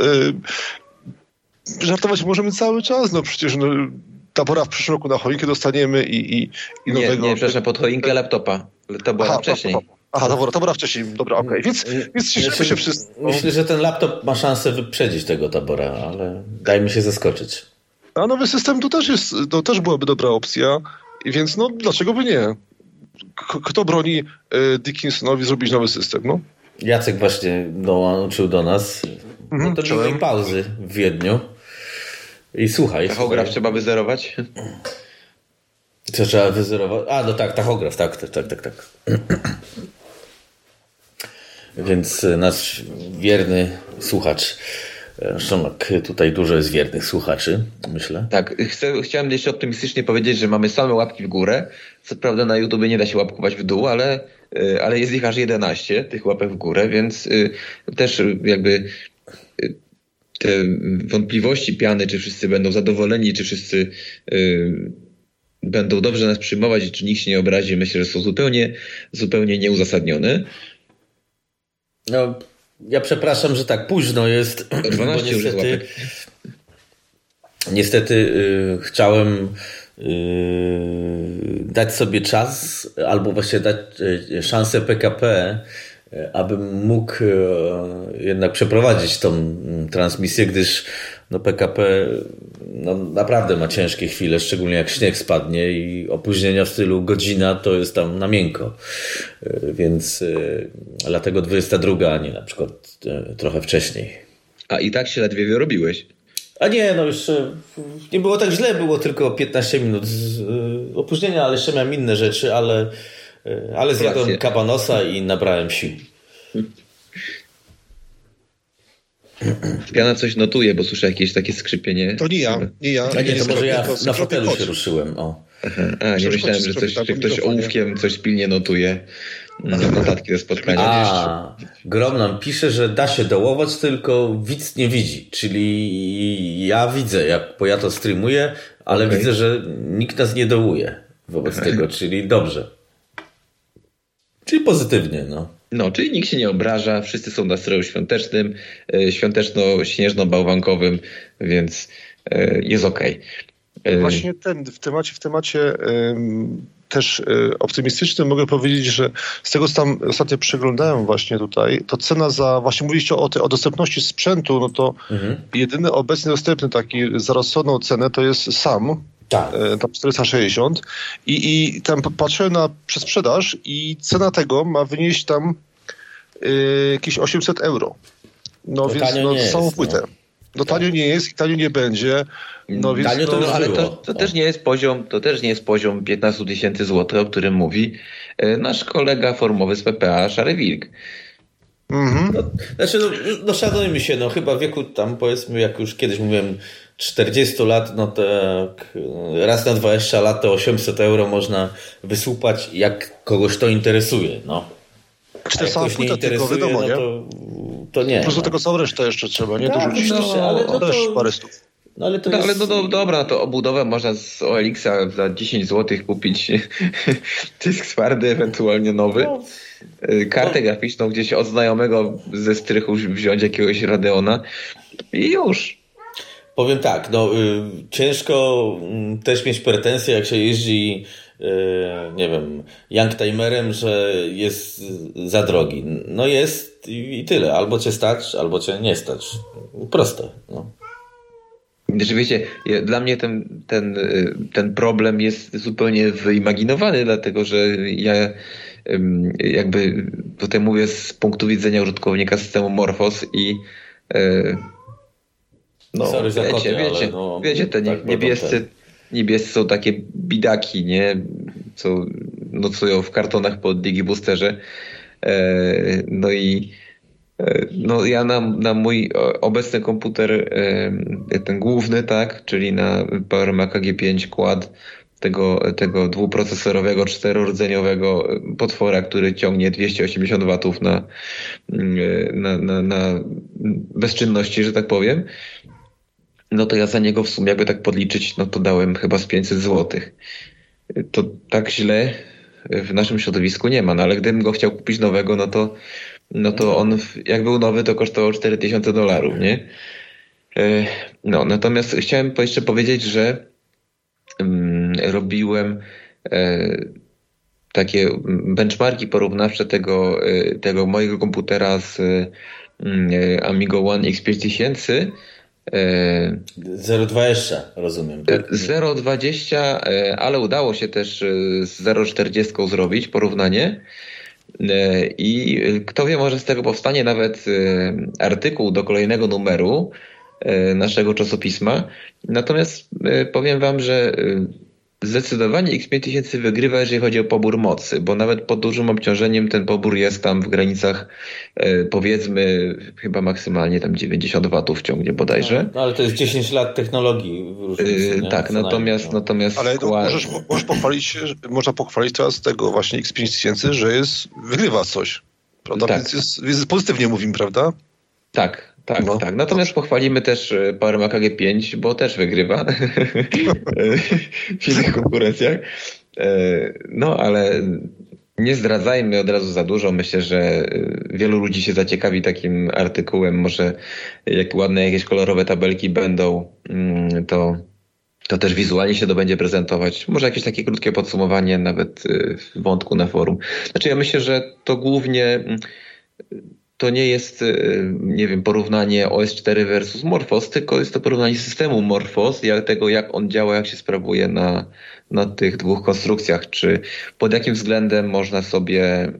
żartować możemy cały czas, no przecież Tabora w przyszłym roku na choinkę dostaniemy i nowego... Nie, przepraszam, pod choinkę laptopa. To było wcześniej. Tabora wcześniej, dobra, okej. Więc cieszymy się wszyscy. Myślę, że ten laptop ma szansę wyprzedzić tego Tabora, ale dajmy się zaskoczyć. A nowy system to też byłaby dobra opcja, więc dlaczego by nie? Kto broni Dickinsonowi zrobić nowy system, no? Jacek właśnie dołączył do nas. To miłej pauzy w Wiedniu. I słuchaj. Tachograf trzeba wyzerować? Co trzeba wyzerować? No tak, tachograf, tak. Więc nasz wierny słuchacz, zresztą tutaj dużo jest wiernych słuchaczy, myślę. Tak, chciałem jeszcze optymistycznie powiedzieć, że mamy same łapki w górę. Co prawda na YouTube nie da się łapkować w dół, ale jest ich aż 11, tych łapek w górę, więc też jakby te wątpliwości piany, czy wszyscy będą zadowoleni, czy wszyscy będą dobrze nas przyjmować i czy nikt się nie obrazi, myślę, że są zupełnie nieuzasadnione. No, ja przepraszam, że tak późno jest. 12 już łapek. Niestety chciałem dać sobie czas, albo właściwie dać szansę PKP, abym mógł jednak przeprowadzić tą transmisję, gdyż PKP naprawdę ma ciężkie chwile, szczególnie jak śnieg spadnie i opóźnienia w stylu godzina to jest tam na miękko. Więc dlatego 22, a nie na przykład trochę wcześniej. A i tak się ledwie wyrobiłeś. A nie, już nie było tak źle, było tylko 15 minut opóźnienia, ale jeszcze miałem inne rzeczy, ale zjadłem kabanosa i nabrałem sił. Piana coś notuje, bo słyszę jakieś takie skrzypienie. To nie ja. To może ja na fotelu się ruszyłem. Nie myślałem, że ktoś ołówkiem coś pilnie notuje. Notatki ze spotkania. Grom nam pisze, że da się dołować, tylko widz nie widzi. Czyli ja widzę, bo ja to streamuję, ale widzę, że nikt nas nie dołuje. wobec tego, czyli dobrze. Czyli pozytywnie, no. No, czyli nikt się nie obraża, wszyscy są w nastroju świątecznym, świąteczno-śnieżno-bałwankowym, więc jest okej. Właśnie w temacie też optymistycznym mogę powiedzieć, że z tego, co tam ostatnio przeglądałem właśnie tutaj, to cena właśnie mówiliście o dostępności sprzętu, no to jedyny obecnie dostępny taki za rozsądną cenę to jest SAM, tak. Tam 460 i tam patrzyłem na przesprzedaż i cena tego ma wynieść tam jakieś 800 euro. No to więc samą płytę. No tanio nie jest i tanio nie będzie. No więc tanio to już ale było. to też nie jest poziom 15 000 złotych, o którym mówi nasz kolega formowy z PPA, Szary Wilk. No szanujmy się, no chyba w wieku tam powiedzmy, jak już kiedyś mówiłem 40 lat, no to raz na 20 lat to 800 euro można wysłupać, jak kogoś to interesuje, no. Czy to sama płyta tylko, wiadomo, nie? To nie. Po prostu tego całą resztę jeszcze trzeba, nie? Dorzucić. Ale to też parę stów. No ale to jest... dobra, to obudowę można z OLX-a za 10 zł kupić dysk twardy, ewentualnie nowy. Kartę graficzną gdzieś od znajomego ze strychu wziąć jakiegoś Radeona i już. Powiem tak, ciężko też mieć pretensje, jak się jeździ, nie wiem, youngtimerem, że jest za drogi. No jest i tyle. Albo cię stać, albo cię nie stać. Proste. No. Znaczy, wiecie, dla mnie ten problem jest zupełnie wyimaginowany, dlatego że ja jakby tutaj mówię z punktu widzenia użytkownika systemu Morphos i Sorry za koty, wiecie, te tak, niebiescy są takie bidaki, nie? Co nocują w kartonach po Digiboosterze. Ja na mój obecny komputer, ten główny, tak, czyli na Power Maca G5 Quad, tego dwuprocesorowego, 4-rdzeniowego potwora, który ciągnie 280 watów na bezczynności, że tak powiem, no to ja za niego w sumie, jakby tak podliczyć, no to dałem chyba z 500 złotych. To tak źle w naszym środowisku nie ma, no ale gdybym go chciał kupić nowego, no to on, jak był nowy, to kosztował $4000, nie? No, natomiast chciałem jeszcze powiedzieć, że robiłem takie benchmarki porównawcze tego mojego komputera z Amigo One X5000. 0,20 rozumiem. Tak? 0,20, ale udało się też z 0,40 zrobić porównanie. I kto wie, może z tego powstanie nawet artykuł do kolejnego numeru naszego czasopisma. Natomiast powiem wam, że zdecydowanie X5000 wygrywa, jeżeli chodzi o pobór mocy, bo nawet pod dużym obciążeniem ten pobór jest tam w granicach, powiedzmy, chyba maksymalnie tam 90 watów ciągnie bodajże. No, ale to jest 10 lat technologii w różnicy. Tak, natomiast... Ale możesz można pochwalić teraz tego właśnie X5000, że wygrywa coś. Prawda? Tak. Więc pozytywnie mówimy, prawda? Tak. Natomiast pochwalimy też Power Maca G5, bo też wygrywa w innych konkurencjach. No, ale nie zdradzajmy od razu za dużo. Myślę, że wielu ludzi się zaciekawi takim artykułem. Może jak ładne jakieś kolorowe tabelki będą, to też wizualnie się to będzie prezentować. Może jakieś takie krótkie podsumowanie nawet wątku na forum. Znaczy ja myślę, że to głównie... To nie jest, nie wiem, porównanie OS4 versus Morphos, tylko jest to porównanie systemu Morphos, tego jak on działa, jak się sprawuje na tych dwóch konstrukcjach, czy pod jakim względem można sobie,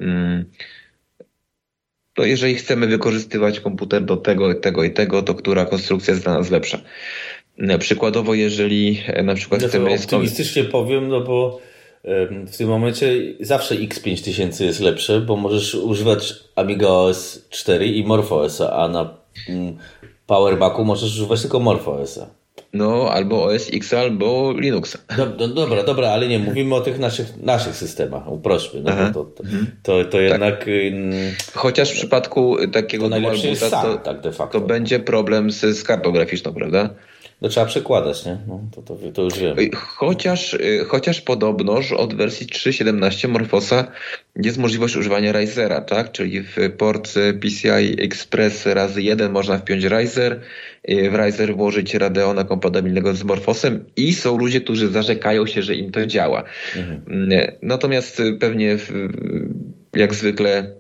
to jeżeli chcemy wykorzystywać komputer do tego i tego, to która konstrukcja jest dla nas lepsza. Przykładowo, jeżeli na przykład chcemy... Optymistycznie powiem, bo w tym momencie zawsze X5000 jest lepsze, bo możesz używać Amiga OS 4 i MorphOS-a, a na Power Macu możesz używać tylko MorphOS-a. No, albo OS X, albo Linuxa. Dobra, ale nie, mówimy o tych naszych systemach, uprośćmy. No, to jednak... Chociaż w przypadku takiego to najlepszy jest SAM, tak de facto. To będzie problem z kartą graficzną, prawda? No trzeba przekładać, nie? No, to już wiem. Chociaż podobnoż od wersji 3.17 Morphosa jest możliwość używania Risera, tak? Czyli w port PCI Express razy 1 można wpiąć Riser, w Riser włożyć Radeona kompatybilnego z Morphosem i są ludzie, którzy zarzekają się, że im to działa. Natomiast pewnie jak zwykle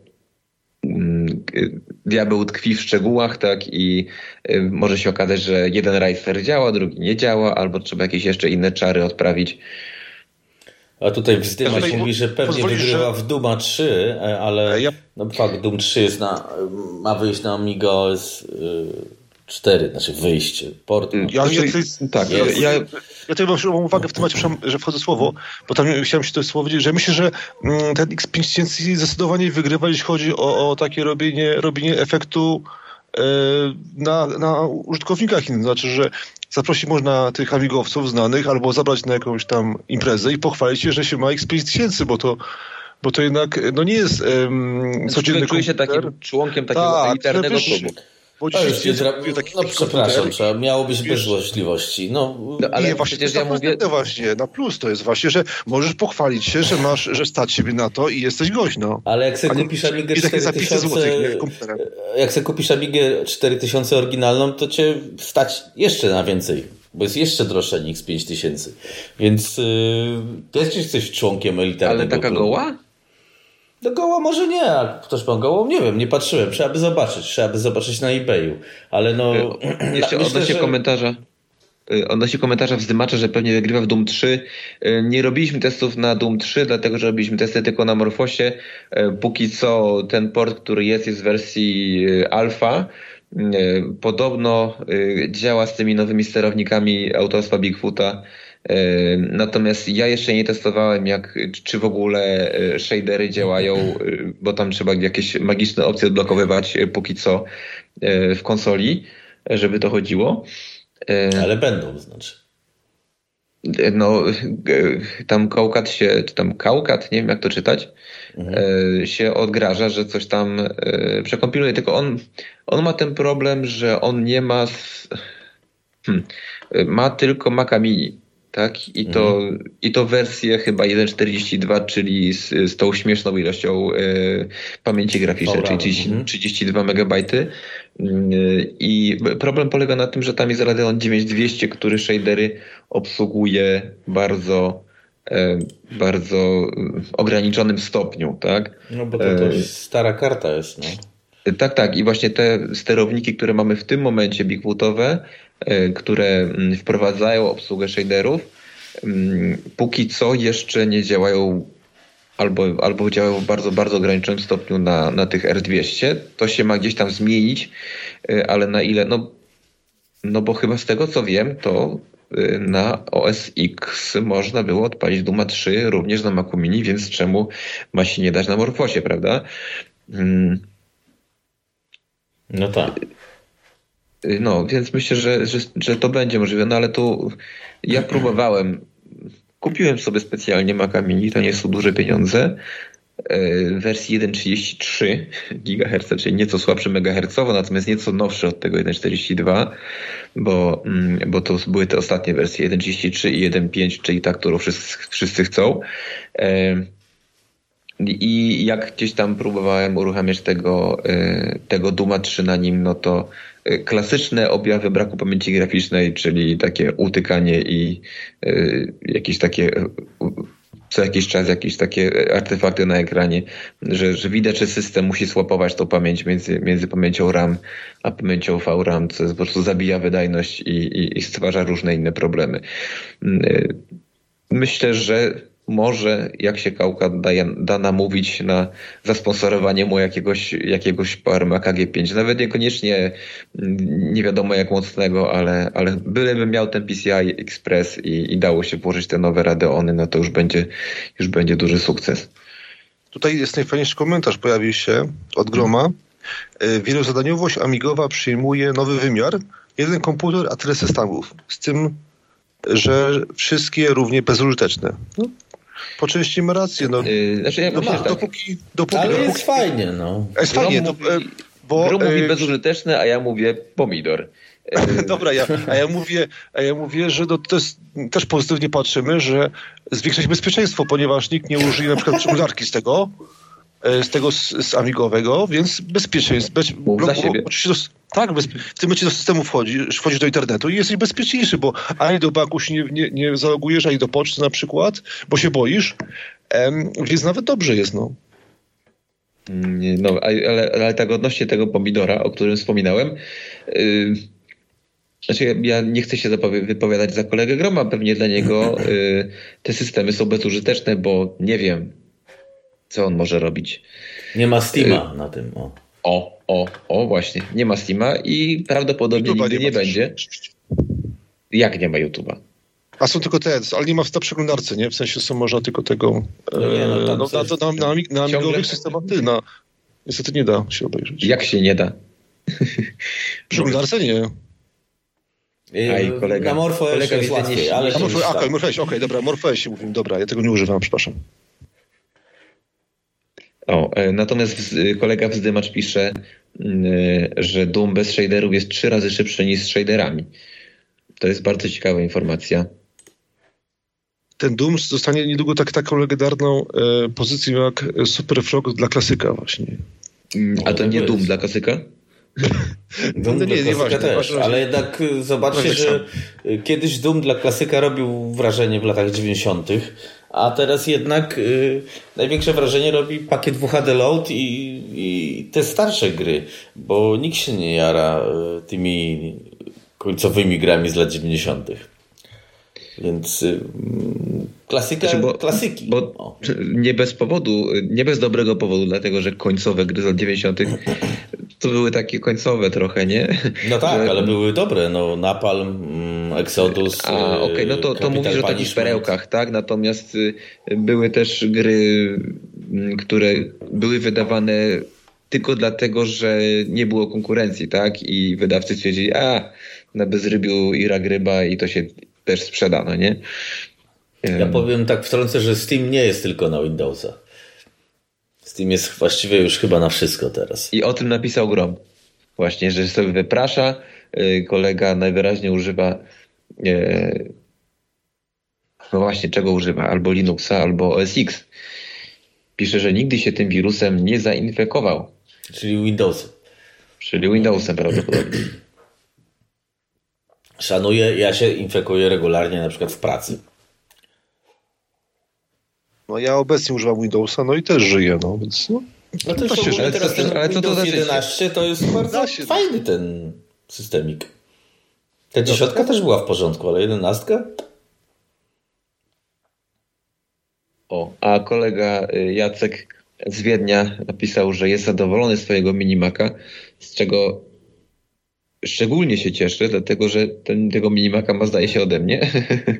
diabeł tkwi w szczegółach, tak, i może się okazać, że jeden Riser działa, drugi nie działa, albo trzeba jakieś jeszcze inne czary odprawić. A tutaj Wzdymać mówi, że pewnie wygrywa w Duma 3, ale no fakt, Doom 3 ma wyjść na Amiga OS 4, znaczy wyjście, port. Ja tutaj mam uwagę w temacie, że wchodzę słowo, bo tam chciałem się to słowo powiedzieć, że myślę, że ten X5000 zdecydowanie wygrywa, jeśli chodzi o takie robienie efektu na użytkownikach innych. Znaczy, że zaprosić można tych amigowców znanych albo zabrać na jakąś tam imprezę i pochwalić się, że się ma X5000, bo to jednak nie jest codzienny komputer. Czuje się takim członkiem takiego elitarnego klubu. Przepraszam, miało być bez złośliwości. Ale nie, właśnie przecież ja mówię właśnie, na plus to jest właśnie, że możesz pochwalić się, że stać siebie na to i jesteś gość, no. Ale jak sobie kupisz Amigę 4000, jak sobie kupisz Amigę 4000 oryginalną, to cię stać jeszcze na więcej, bo jest jeszcze droższa niż X5000. Więc jesteś członkiem elitarnego. Ale taka klubu. goła? No goła może nie, a ktoś ma gołą? Nie wiem, nie patrzyłem. Trzeba by zobaczyć na eBayu. Ale jeszcze odnośnie komentarza Wzdymacza, że pewnie wygrywa w Doom 3. Nie robiliśmy testów na Doom 3, dlatego że robiliśmy testy tylko na Morphosie. Póki co ten port, który jest w wersji alfa. Podobno działa z tymi nowymi sterownikami autorstwa Bigfoota. Natomiast ja jeszcze nie testowałem, czy w ogóle shadery działają, bo tam trzeba jakieś magiczne opcje odblokowywać póki co w konsoli, żeby to chodziło. Ale będą, znaczy. No, tam Kaukat, nie wiem jak to czytać, się odgraża, że coś tam przekompiluje, tylko on ma ten problem, że on nie ma ma tylko Maca Mini. Tak? I to wersję chyba 1.42, czyli z tą śmieszną ilością pamięci graficznej, czyli 32 MB. I problem polega na tym, że tam jest Radeon 9200, który shadery obsługuje bardzo ograniczonym stopniu. Tak? No bo to stara karta jest. No. Tak. I właśnie te sterowniki, które mamy w tym momencie Bigfootowe, które wprowadzają obsługę shaderów, póki co jeszcze nie działają albo działają w bardzo, bardzo ograniczonym stopniu na tych R200. To się ma gdzieś tam zmienić, ale na ile? No bo chyba z tego co wiem, to na OS X można było odpalić Dooma 3 również na Macu Mini, więc czemu ma się nie dać na Morphosie, prawda? No tak. No, więc myślę, że to będzie możliwe. No ale tu ja próbowałem. Kupiłem sobie specjalnie Maca Mini, to nie są duże pieniądze. W wersji 1.33 GHz, czyli nieco słabszy megahercowo, natomiast nieco nowszy od tego 1.42, bo to były te ostatnie wersje 1.33 i 1.5, czyli ta, którą wszyscy chcą. I jak gdzieś tam próbowałem uruchamiać tego Dooma 3 na nim, no to klasyczne objawy braku pamięci graficznej, czyli takie utykanie i jakieś takie co jakiś czas jakieś takie artefakty na ekranie, że widać, że system musi swapować tą pamięć między pamięcią RAM a pamięcią VRAM, co po prostu zabija wydajność i stwarza różne inne problemy. Myślę, że może, jak się Kaukat da namówić na zasponsorowanie mu jakiegoś Power Maca G5. Nawet niekoniecznie nie wiadomo jak mocnego, ale byleby miał ten PCI Express i dało się włożyć te nowe Radeony, no to już będzie duży sukces. Tutaj jest najfajniejszy komentarz, pojawił się od Groma. Wielozadaniowość amigowa przyjmuje nowy wymiar. Jeden komputer, a tyle systemów. Z tym, że wszystkie równie bezużyteczne. No. Po części ma rację. No. Znaczy ja myślę, dopóki, ale jest fajnie. No. Jest fajnie, Gru mówi bezużyteczne, a ja mówię pomidor. Dobra, a ja mówię, że to jest, też pozytywnie patrzymy, że zwiększa się bezpieczeństwo, ponieważ nikt nie użyje na przykład przeglądarki z amigowego, więc bezpieczeństwo. Mów za siebie. Tak, w tym momencie do systemu wchodzisz do internetu i jesteś bezpieczniejszy, bo ani do banku się nie zalogujesz, ani do poczty na przykład, bo się boisz, więc nawet dobrze jest, no. No, ale tak odnośnie tego pomidora, o którym wspominałem, znaczy ja nie chcę się wypowiadać za kolegę Groma, pewnie dla niego te systemy są bezużyteczne, bo nie wiem, co on może robić. Nie ma Steama na tym. Właśnie, nie ma Steama i prawdopodobnie nigdy nie będzie. Jak nie ma YouTube'a? A są tylko te, ale nie ma w przeglądarce, nie? W sensie są można tylko tego... na amigowych systemach niestety nie da się obejrzeć. Jak się nie da? W przeglądarce nie. Na Morphosie jest łatwiej, ale... Okej, dobra, Morphosie mówimy, dobra, ja tego nie używam, przepraszam. Natomiast kolega Wzdymacz pisze, że Doom bez shaderów jest 3 razy szybszy niż z shaderami. To jest bardzo ciekawa informacja. Ten Doom zostanie niedługo taką legendarną pozycją jak Super Frog dla klasyka właśnie. A to nie Doom dla klasyka? Doom dla klasyka też, ale jednak zobaczcie, że kiedyś Doom dla klasyka robił wrażenie w latach 90., a teraz jednak największe wrażenie robi pakiet WHD Load i te starsze gry, bo nikt się nie jara tymi końcowymi grami z lat 90. Więc klasyka, klasyki. Bo nie bez powodu, nie bez dobrego powodu, dlatego że końcowe gry z lat 90. to były takie końcowe trochę, nie? No tak, ale były dobre. No, Napalm, Exodus. Okej, no to mówisz o takich perełkach, tak? Natomiast były też gry, które były wydawane tylko dlatego, że nie było konkurencji, tak? I wydawcy stwierdzili, na bezrybiu i ragryba i to się też sprzeda, no nie? Ja powiem tak wtrącę, że Steam nie jest tylko na Windowsa. Steam jest właściwie już chyba na wszystko teraz. I o tym napisał Grom. Właśnie, że sobie wyprasza. Kolega najwyraźniej używa no właśnie, czego używa? Albo Linuxa, albo OS X. Pisze, że nigdy się tym wirusem nie zainfekował. Czyli Windowsem. Czyli Windowsem prawdopodobnie. Szanuję, ja się infekuję regularnie na przykład w pracy. No ja obecnie używam Windowsa, no i też żyję, no więc no. No to się żyje. Teraz ten Windows 11 to jest bardzo fajny ten systemik. Ta 10 też była w porządku, ale 11? A kolega Jacek z Wiednia napisał, że jest zadowolony z swojego Minimaka, z czego szczególnie się cieszę, dlatego że tego Minimaka ma, zdaje się, ode mnie.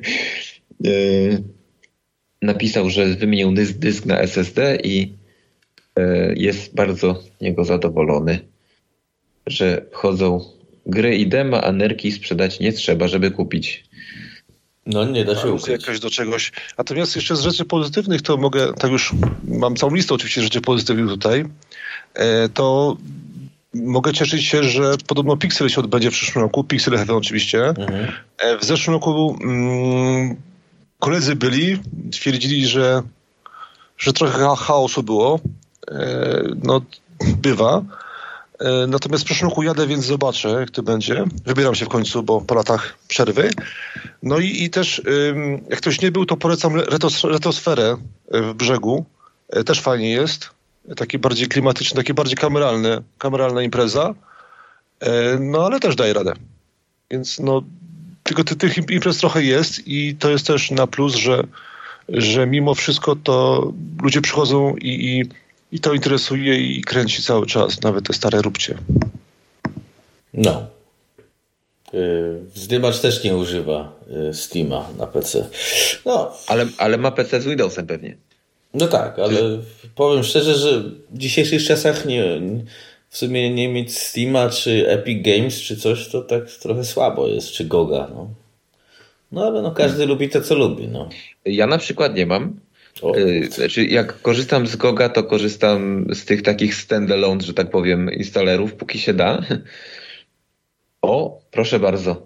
Napisał, że wymienił dysk na SSD i jest bardzo z niego zadowolony, że chodzą gry i dema, a nerki sprzedać nie trzeba, żeby kupić. No nie da się ukryć. Jakaś do czegoś. Natomiast jeszcze z rzeczy pozytywnych to mogę, tak już mam całą listę oczywiście rzeczy pozytywnych tutaj, to mogę cieszyć się, że podobno Pixel się odbędzie w przyszłym roku, Pixel Heaven oczywiście. W zeszłym roku koledzy byli, twierdzili, że trochę chaosu było. No, bywa. Natomiast w przyszłym roku jadę, więc zobaczę, jak to będzie. Wybieram się w końcu, bo po latach przerwy. No i też, jak ktoś nie był, to polecam Retrosferę w Brzegu. Też fajnie jest. Taki bardziej klimatyczny, taki bardziej kameralna impreza. No, ale też daje radę. Więc no, tylko tych imprez trochę jest i to jest też na plus, że mimo wszystko to ludzie przychodzą i to interesuje i kręci cały czas, nawet te stare róbcie. No. Wzdymacz też nie używa Steama na PC. No. Ale ma PC z Windowsem pewnie. No tak, ale powiem szczerze, że w dzisiejszych czasach w sumie nie mieć Steama, czy Epic Games, czy coś, to tak trochę słabo jest, czy Goga. No ale każdy lubi to, co lubi. No. Ja na przykład nie mam. Znaczy, jak korzystam z Goga, to korzystam z tych takich standalone, że tak powiem, instalerów, póki się da. O, proszę bardzo.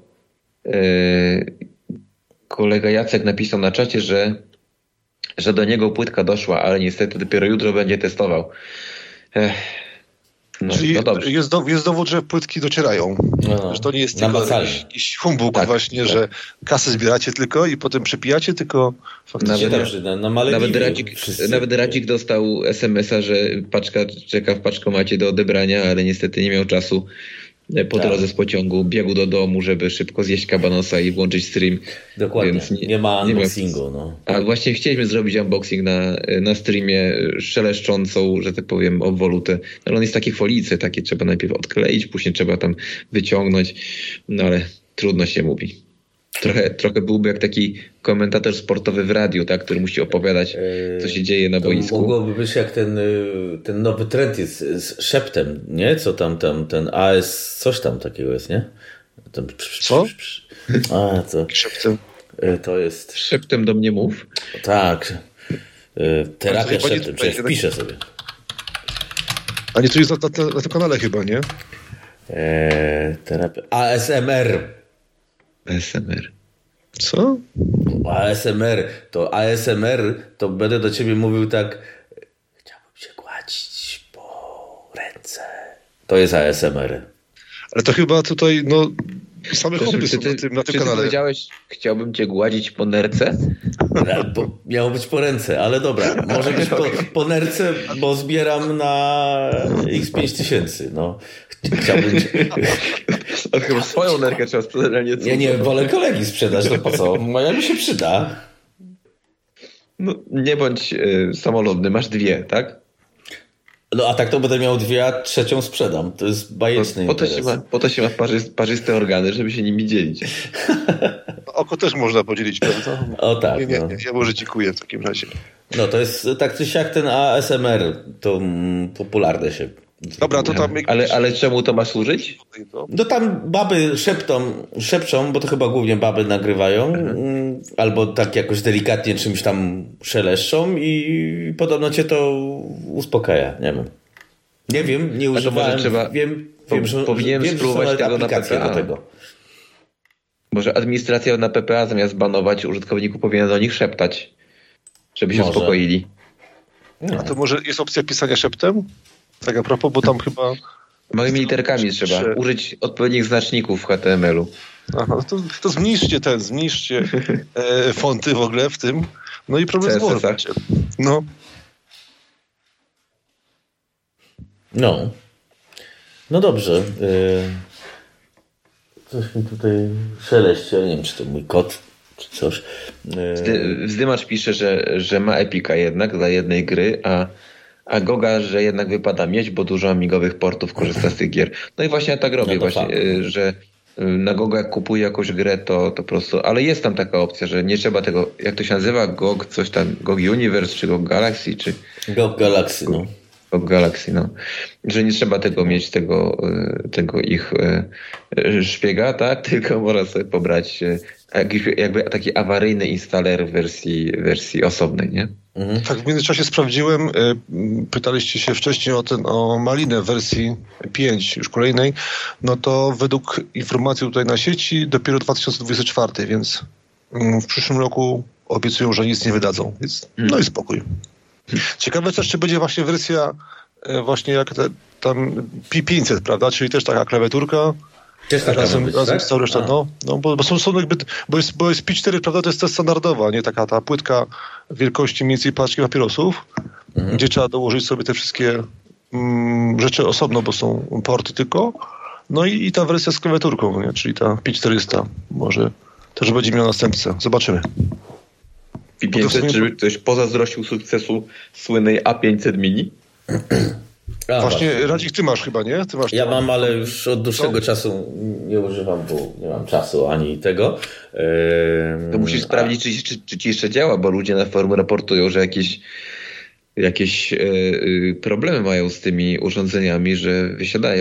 Kolega Jacek napisał na czacie, że do niego płytka doszła, ale niestety dopiero jutro będzie testował. Czyli jest dowód, że płytki docierają. Że to nie jest tylko jakiś humbug właśnie, że kasę zbieracie tylko i potem przepijacie, tylko faktycznie... Nawet Radzik dostał SMS-a, że paczka czeka w paczkomacie do odebrania, ale niestety nie miał czasu po drodze z pociągu, biegł do domu, żeby szybko zjeść kabanosa i włączyć stream. Dokładnie, więc nie ma unboxingu. No. A właśnie chcieliśmy zrobić unboxing na streamie szeleszczącą, że tak powiem, obwolutę. Ale on jest takie folice, takie trzeba najpierw odkleić, później trzeba tam wyciągnąć, no ale trudno się mówi. Trochę byłby jak taki komentator sportowy w radiu, tak, który musi opowiadać, co się dzieje na boisku. Mogłoby być jak ten nowy trend jest z szeptem, nie? Co tam ten AS, coś tam takiego jest, nie? Co? Szeptem. To jest... Szeptem do mnie mów. Tak. Terapia szeptem, przecież wpiszę sobie. A nie, to jest na tym kanale chyba, nie? Terapia. ASMR. ASMR. Co? ASMR to będę do ciebie mówił tak, chciałbym cię gładzić po ręce. To jest ASMR. Ale to chyba tutaj, same hobby są na tym kanale. Ty powiedziałeś, chciałbym cię gładzić po nerce? Miało być po ręce, ale dobra. Może być po nerce, bo zbieram na X5000. No. Chciałbym... A chyba swoją nerkę trzeba sprzedać. Nie, wolę kolegi sprzedać, to po co? Moja mi się przyda. No, nie bądź samolubny, masz 2, tak? No a tak to będę miał 2, a trzecią sprzedam. To jest bajeczny interes. Po to się ma parzyste organy, żeby się nimi dzielić. Oko też można podzielić, prawda? O tak. Ja może dziękuję w takim razie. No to jest tak czy siak ten ASMR, to popularne się. Dobra, to tam... Ale czemu to ma służyć? No tam baby szepczą, bo to chyba głównie baby nagrywają, albo tak jakoś delikatnie czymś tam szeleszczą i podobno cię to uspokaja, nie wiem. Nie wiem, nie używałem, wiem, że powinienem spróbować tego na PPA. do tego. Może administracja na PPA zamiast banować użytkowników powinna do nich szeptać, żeby się uspokoili. A to może jest opcja pisania szeptem? Tak a propos, bo tam chyba... Małymi literkami trzeba użyć odpowiednich znaczników w HTML-u. Aha, to zmniejszcie fonty w ogóle w tym. No i problem z Wordem. No dobrze. Coś mi tutaj szeleści, ale nie wiem, czy to mój kot, czy coś. Wzdymacz pisze, że ma Epika jednak dla jednej gry, a Goga, że jednak wypada mieć, bo dużo amigowych portów korzysta z tych gier. No i właśnie ja tak robię, że na Goga jak kupuję jakąś grę, to po prostu, ale jest tam taka opcja, że nie trzeba tego, jak to się nazywa, GOG, coś tam, GOG Universe, czy GOG Galaxy, czy... GOG Galaxy, GOG Galaxy, że nie trzeba tego mieć, tego ich szpiega, tak? Tylko można sobie pobrać jakby taki awaryjny instaler w wersji osobnej, nie? Tak, w międzyczasie sprawdziłem, pytaliście się wcześniej o Malinę w wersji 5, już kolejnej, no to według informacji tutaj na sieci dopiero 2024, więc w przyszłym roku obiecują, że nic nie wydadzą, więc no i spokój. Ciekawe też, czy będzie właśnie wersja właśnie jak tam P500, prawda, czyli też taka klawiaturka, razem z całą resztą, bo są jakby, bo jest P4, prawda, to jest ta standardowa, nie taka ta płytka wielkości mniej więcej paczki papierosów, gdzie trzeba dołożyć sobie te wszystkie rzeczy osobno, bo są porty tylko, no i ta wersja z klawiaturką, nie? Czyli ta P400 może też będzie miała następcę, zobaczymy. P500, czy ktoś pozazdrościł sukcesu słynnej A500 Mini? Właśnie, Radzik, ty masz chyba, nie? Ja mam, ale już od dłuższego czasu nie używam, bo nie mam czasu ani tego. To musisz sprawdzić, czy ci jeszcze działa, bo ludzie na forum raportują, że jakieś problemy mają z tymi urządzeniami, że wysiadają.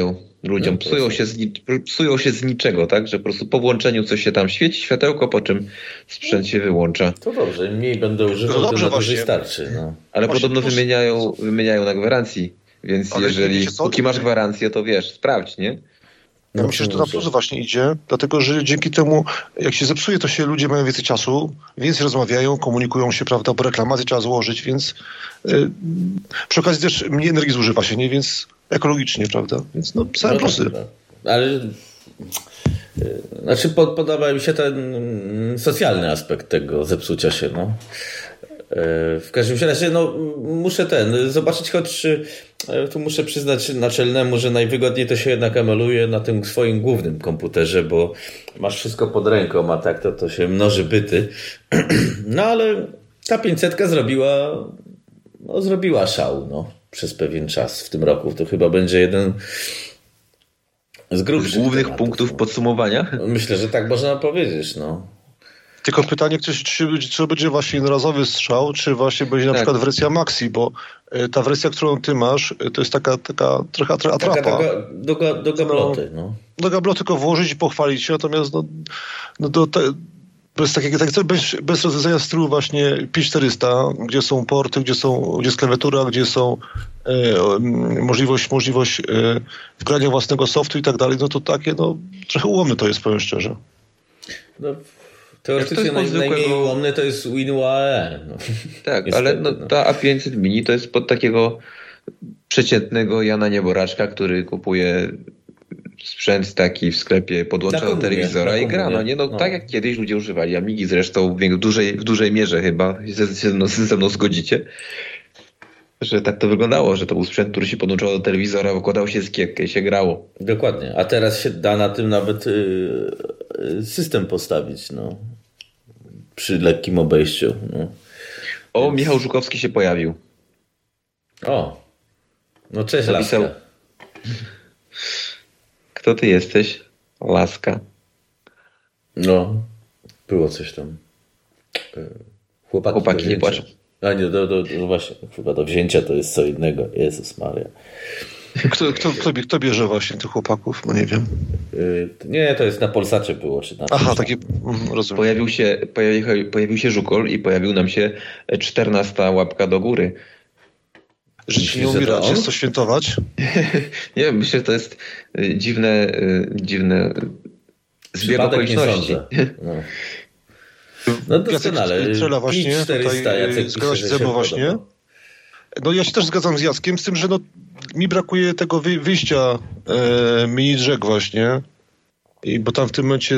ludziom. No, psują się z niczego, tak? Że po prostu po włączeniu coś się tam świeci, światełko, po czym sprzęt się wyłącza. To dobrze, mniej będę używał, No dobrze, to na dłużej właśnie. starczy. No. Ale Właśnie podobno wymieniają na gwarancji. Więc Ale jeżeli wiecie co? póki masz gwarancję, to wiesz, sprawdź, nie? Ja myślę, że to na plus właśnie idzie, dlatego że dzięki temu, jak się zepsuje, to się ludzie mają więcej czasu, więcej rozmawiają, komunikują się, prawda, bo reklamację trzeba złożyć, więc przy okazji też mniej energii zużywa się, nie? Więc ekologicznie, prawda? Więc no, same plusy. Ale znaczy podoba mi się ten socjalny aspekt tego zepsucia się, no. W każdym razie, no, muszę zobaczyć, choć tu muszę przyznać naczelnemu, że najwygodniej to się jednak emeluje na tym swoim głównym komputerze, bo masz wszystko pod ręką, a tak to się mnoży byty. No ale ta 500 zrobiła szał, no, przez pewien czas w tym roku. To chyba będzie jeden z grubszych głównych tematów, punktów podsumowania. Myślę, że tak można powiedzieć, no. Tylko pytanie, czy będzie właśnie jednorazowy strzał, czy właśnie będzie na przykład wersja Maxi, bo ta wersja, którą ty masz, to jest taka trochę atrapa. Do gabloty, no. Do gabloty tylko włożyć i pochwalić się, natomiast bez rozwiązania stylu właśnie 5400, gdzie są porty, gdzie jest klawiatura, gdzie są możliwość wgrania własnego softu i tak dalej, no to takie, no trochę ułomne to jest, powiem szczerze. No. Teoretycznie najmniej ułomny to jest WinUAE. No. Tak, ale ta A500 Mini to jest pod takiego przeciętnego Jana Nieboraczka, który kupuje sprzęt taki w sklepie, podłącza do telewizora i gra. Tak jak kiedyś ludzie używali Amigi, zresztą w dużej mierze chyba ze mną zgodzicie, że tak to wyglądało, że to był sprzęt, który się podłączał do telewizora, układał się skietkę i się grało. Dokładnie, a teraz się da na tym nawet system postawić, no. Przy lekkim obejściu. No. O, Michał Żukowski się pojawił. O, no cześć, napisał, Laska. Kto ty jesteś? Laska. No, było coś tam. Chłopaki nie płaczą. A nie, właśnie, chyba do wzięcia to jest co innego. Jezus Maria. Kto bierze właśnie tych chłopaków? No nie wiem. Nie, to jest na Polsacie było. Czy na Aha, takie, rozumiem. Pojawił się Żukol i pojawił nam się 14 łapka do góry. Że nie umierać, jest to świętować? Nie wiem, myślę, że to jest dziwne zbieg okoliczności. No doskonale. Jacek właśnie, 400, Jacek zgadza się ze mną właśnie. No ja się też zgadzam z Jackiem, z tym, że mi brakuje tego wyjścia mini jack właśnie. Bo tam w tym momencie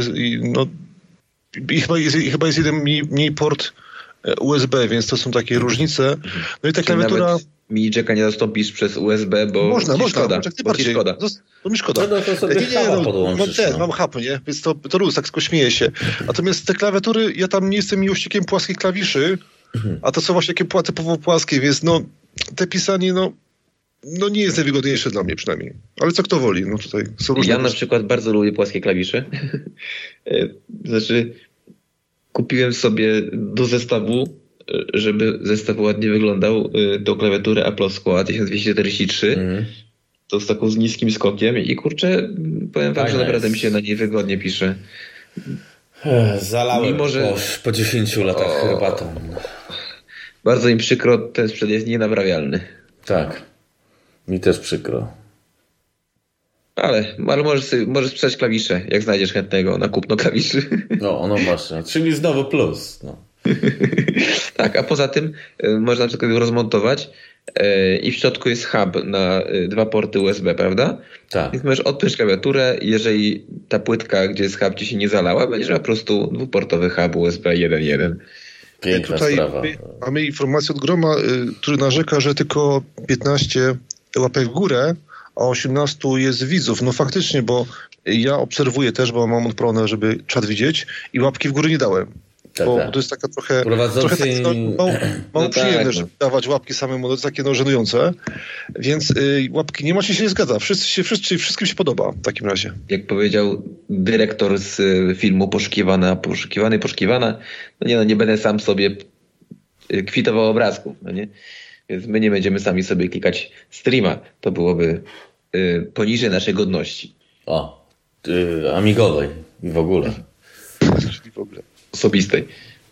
chyba jest jeden mini port USB, więc to są takie różnice. No i ta klawiatura... Nawet mini jacka nie zastąpisz przez USB, bo można, szkoda. To mi szkoda. No to sobie podłączysz. Mam hub, nie? Więc to luz, tak tylko śmieję się. Natomiast te klawiatury, ja tam nie jestem miłośnikiem płaskich klawiszy, a to są właśnie takie typowo płaskie, więc te pisanie, nie jest najwygodniejsze dla mnie przynajmniej. Ale co kto woli, tutaj są różne... Ja na przykład bardzo lubię płaskie klawisze. Znaczy, kupiłem sobie do zestawu, żeby zestaw ładnie wyglądał, tą klawiaturę Apple'owską A1243. To z taką z niskim skokiem i kurczę, powiem wam, że naprawdę mi się na niej wygodnie pisze. Zalałem po 10 latach herbatą. Bardzo im przykro, ten sprzęt jest nienaprawialny. Tak, mi też przykro. Ale możesz sprzedać klawisze, jak znajdziesz chętnego na kupno klawiszy. No właśnie, czyli znowu plus. No. Tak, a poza tym można na przykład rozmontować i w środku jest hub na 2 porty USB, prawda? Tak. Więc możesz odpiąć klawiaturę, jeżeli ta płytka, gdzie jest hub, ci się nie zalała, będziesz miał po prostu dwuportowy hub USB 1.1. Piękna tutaj sprawa. Mamy informację od Groma, który narzeka, że tylko 15 łapek w górę, a 18 jest widzów. No faktycznie, bo ja obserwuję też, bo mam odpalone, żeby czat widzieć i łapki w górę nie dałem. Bo to jest taka trochę takie mało przyjemne, żeby dawać łapki samemu, to jest takie żenujące. Więc łapki nie macie się nie zgadza. Wszystkim się podoba w takim razie. Jak powiedział dyrektor z filmu Poszukiwana, nie będę sam sobie kwitował obrazków, no nie? Więc my nie będziemy sami sobie klikać streama. To byłoby poniżej naszej godności. Amigowej i w ogóle. Osobistej.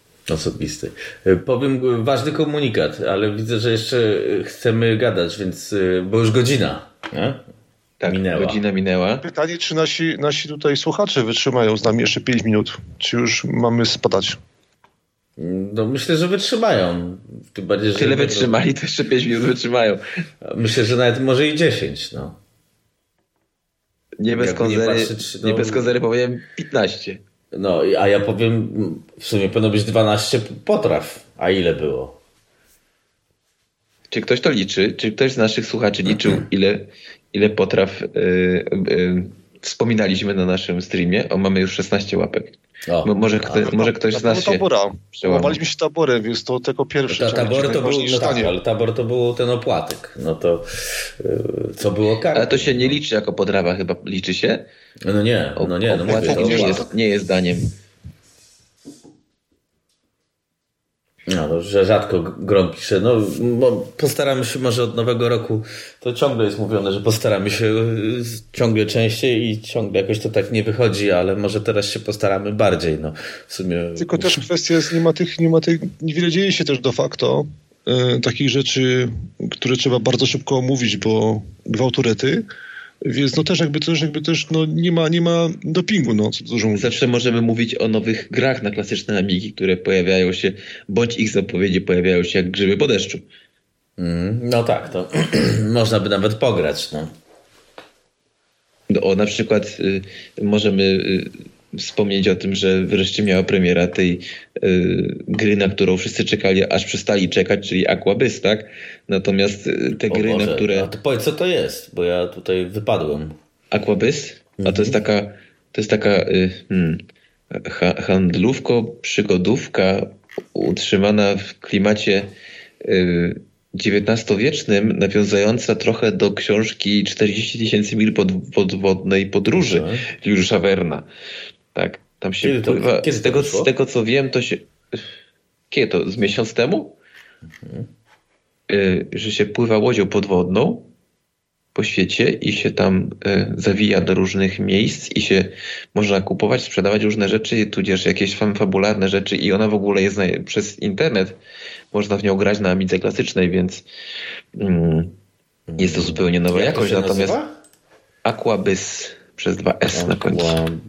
Powiem ważny komunikat, ale widzę, że jeszcze chcemy gadać, więc bo już godzina, nie? Tak, godzina minęła. Pytanie, czy nasi tutaj słuchacze wytrzymają z nami jeszcze 5 minut? Czy już mamy spadać? No myślę, że wytrzymają. Tym bardziej, że tyle wytrzymali, to jeszcze 5 minut wytrzymają. Myślę, że nawet może i 10, no. Nie bez kozery powiem 15. No, a ja powiem, w sumie powinno być 12 potraw. A ile było? Czy ktoś to liczy? Czy ktoś z naszych słuchaczy liczył, ile potraw wspominaliśmy na naszym streamie? Mamy już 16 łapek. Może ktoś z nas się przełamaliśmy się taborem, więc to tylko pierwsze. Tabor to był, ale tabor to był ten opłatek. No to co było karne? Ale to się nie liczy jako potrawa, chyba liczy się? No nie. Opłatek nie jest daniem. No, że rzadko Grom pisze. No, postaramy się może od nowego roku. To ciągle jest mówione, że postaramy się ciągle częściej i ciągle jakoś to tak nie wychodzi, ale może teraz się postaramy bardziej. No, w sumie... Tylko też kwestia jest, niewiele dzieje się też de facto takich rzeczy, które trzeba bardzo szybko omówić, bo gwałturety. Więc no też nie ma dopingu, no co dużo mówić. Zawsze możemy mówić o nowych grach na klasyczne Amigi, które pojawiają się, bądź ich zapowiedzi pojawiają się jak grzyby po deszczu. No tak, to można by nawet pograć, no. Na przykład możemy wspomnieć o tym, że wreszcie miała premiera tej gry, na którą wszyscy czekali, aż przestali czekać, czyli Aquabyss, tak? Natomiast te gry, Boże, na które... A to powiedz, co to jest, bo ja tutaj wypadłem. Aquabyss? A to jest taka handlówko-przygodówka utrzymana w klimacie XIX-wiecznym, nawiązująca trochę do książki 40 000 mil podwodnej podróży Juliusza Werna. Tak, tam się pływa. Z tego co wiem, to się... Kiedy to? Z miesiąc temu? Że się pływa łodzią podwodną po świecie i się tam zawija do różnych miejsc i się można kupować, sprzedawać różne rzeczy, tudzież jakieś fabularne rzeczy i ona w ogóle jest przez internet. Można w nią grać na Amidze klasycznej, więc jest to zupełnie nowa jakość. Natomiast Aquabyss przez 2S na końcu.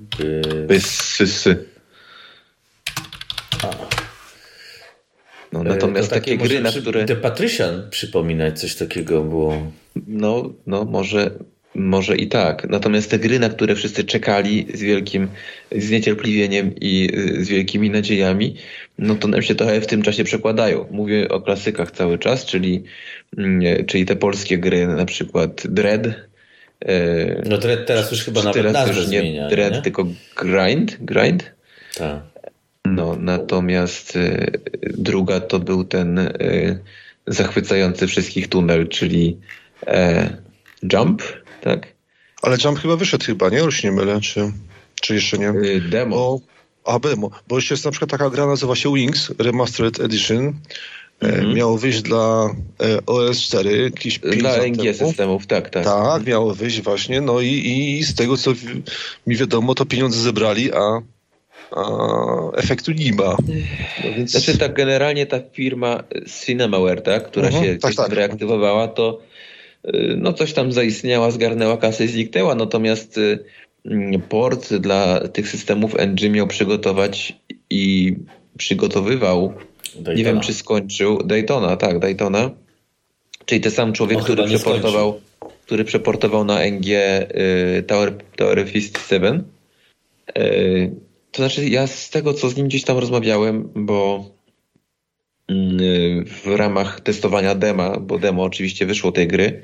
No, natomiast takie gry, na które... The Patrician przypominać coś takiego było. No może i tak. Natomiast te gry, na które wszyscy czekali z niecierpliwieniem i z wielkimi nadziejami, no to nam się trochę w tym czasie przekładają. Mówię o klasykach cały czas, czyli te polskie gry, na przykład Dread. No Dread teraz już chyba nawet nazwę zmienia. Dread, nie? Tylko Grind. Tak. No, natomiast druga to był ten zachwycający wszystkich tunel, czyli Jump, tak? Ale Jump chyba wyszedł nie? Już nie mylę, czy jeszcze nie? Demo. Demo. Bo jeszcze jest na przykład taka gra, nazywa się Wings Remastered Edition. Miało wyjść dla OS 4 dla NG systemów, tak. Tak, miało wyjść właśnie. No i z tego, co mi wiadomo, to pieniądze zebrali, a efektu nie ma. No więc... Znaczy tak generalnie ta firma Cinemaware, tak, która się reaktywowała, to no coś tam zaistniała, zgarnęła kasę i zniknęła, natomiast port dla tych systemów NG miał przygotować i przygotowywał, Daytona. Nie wiem czy skończył, Daytona, czyli ten sam człowiek, który przeportował na NG Tower of 57. To znaczy ja z tego, co z nim gdzieś tam rozmawiałem, bo w ramach testowania dema, bo demo oczywiście wyszło tej gry,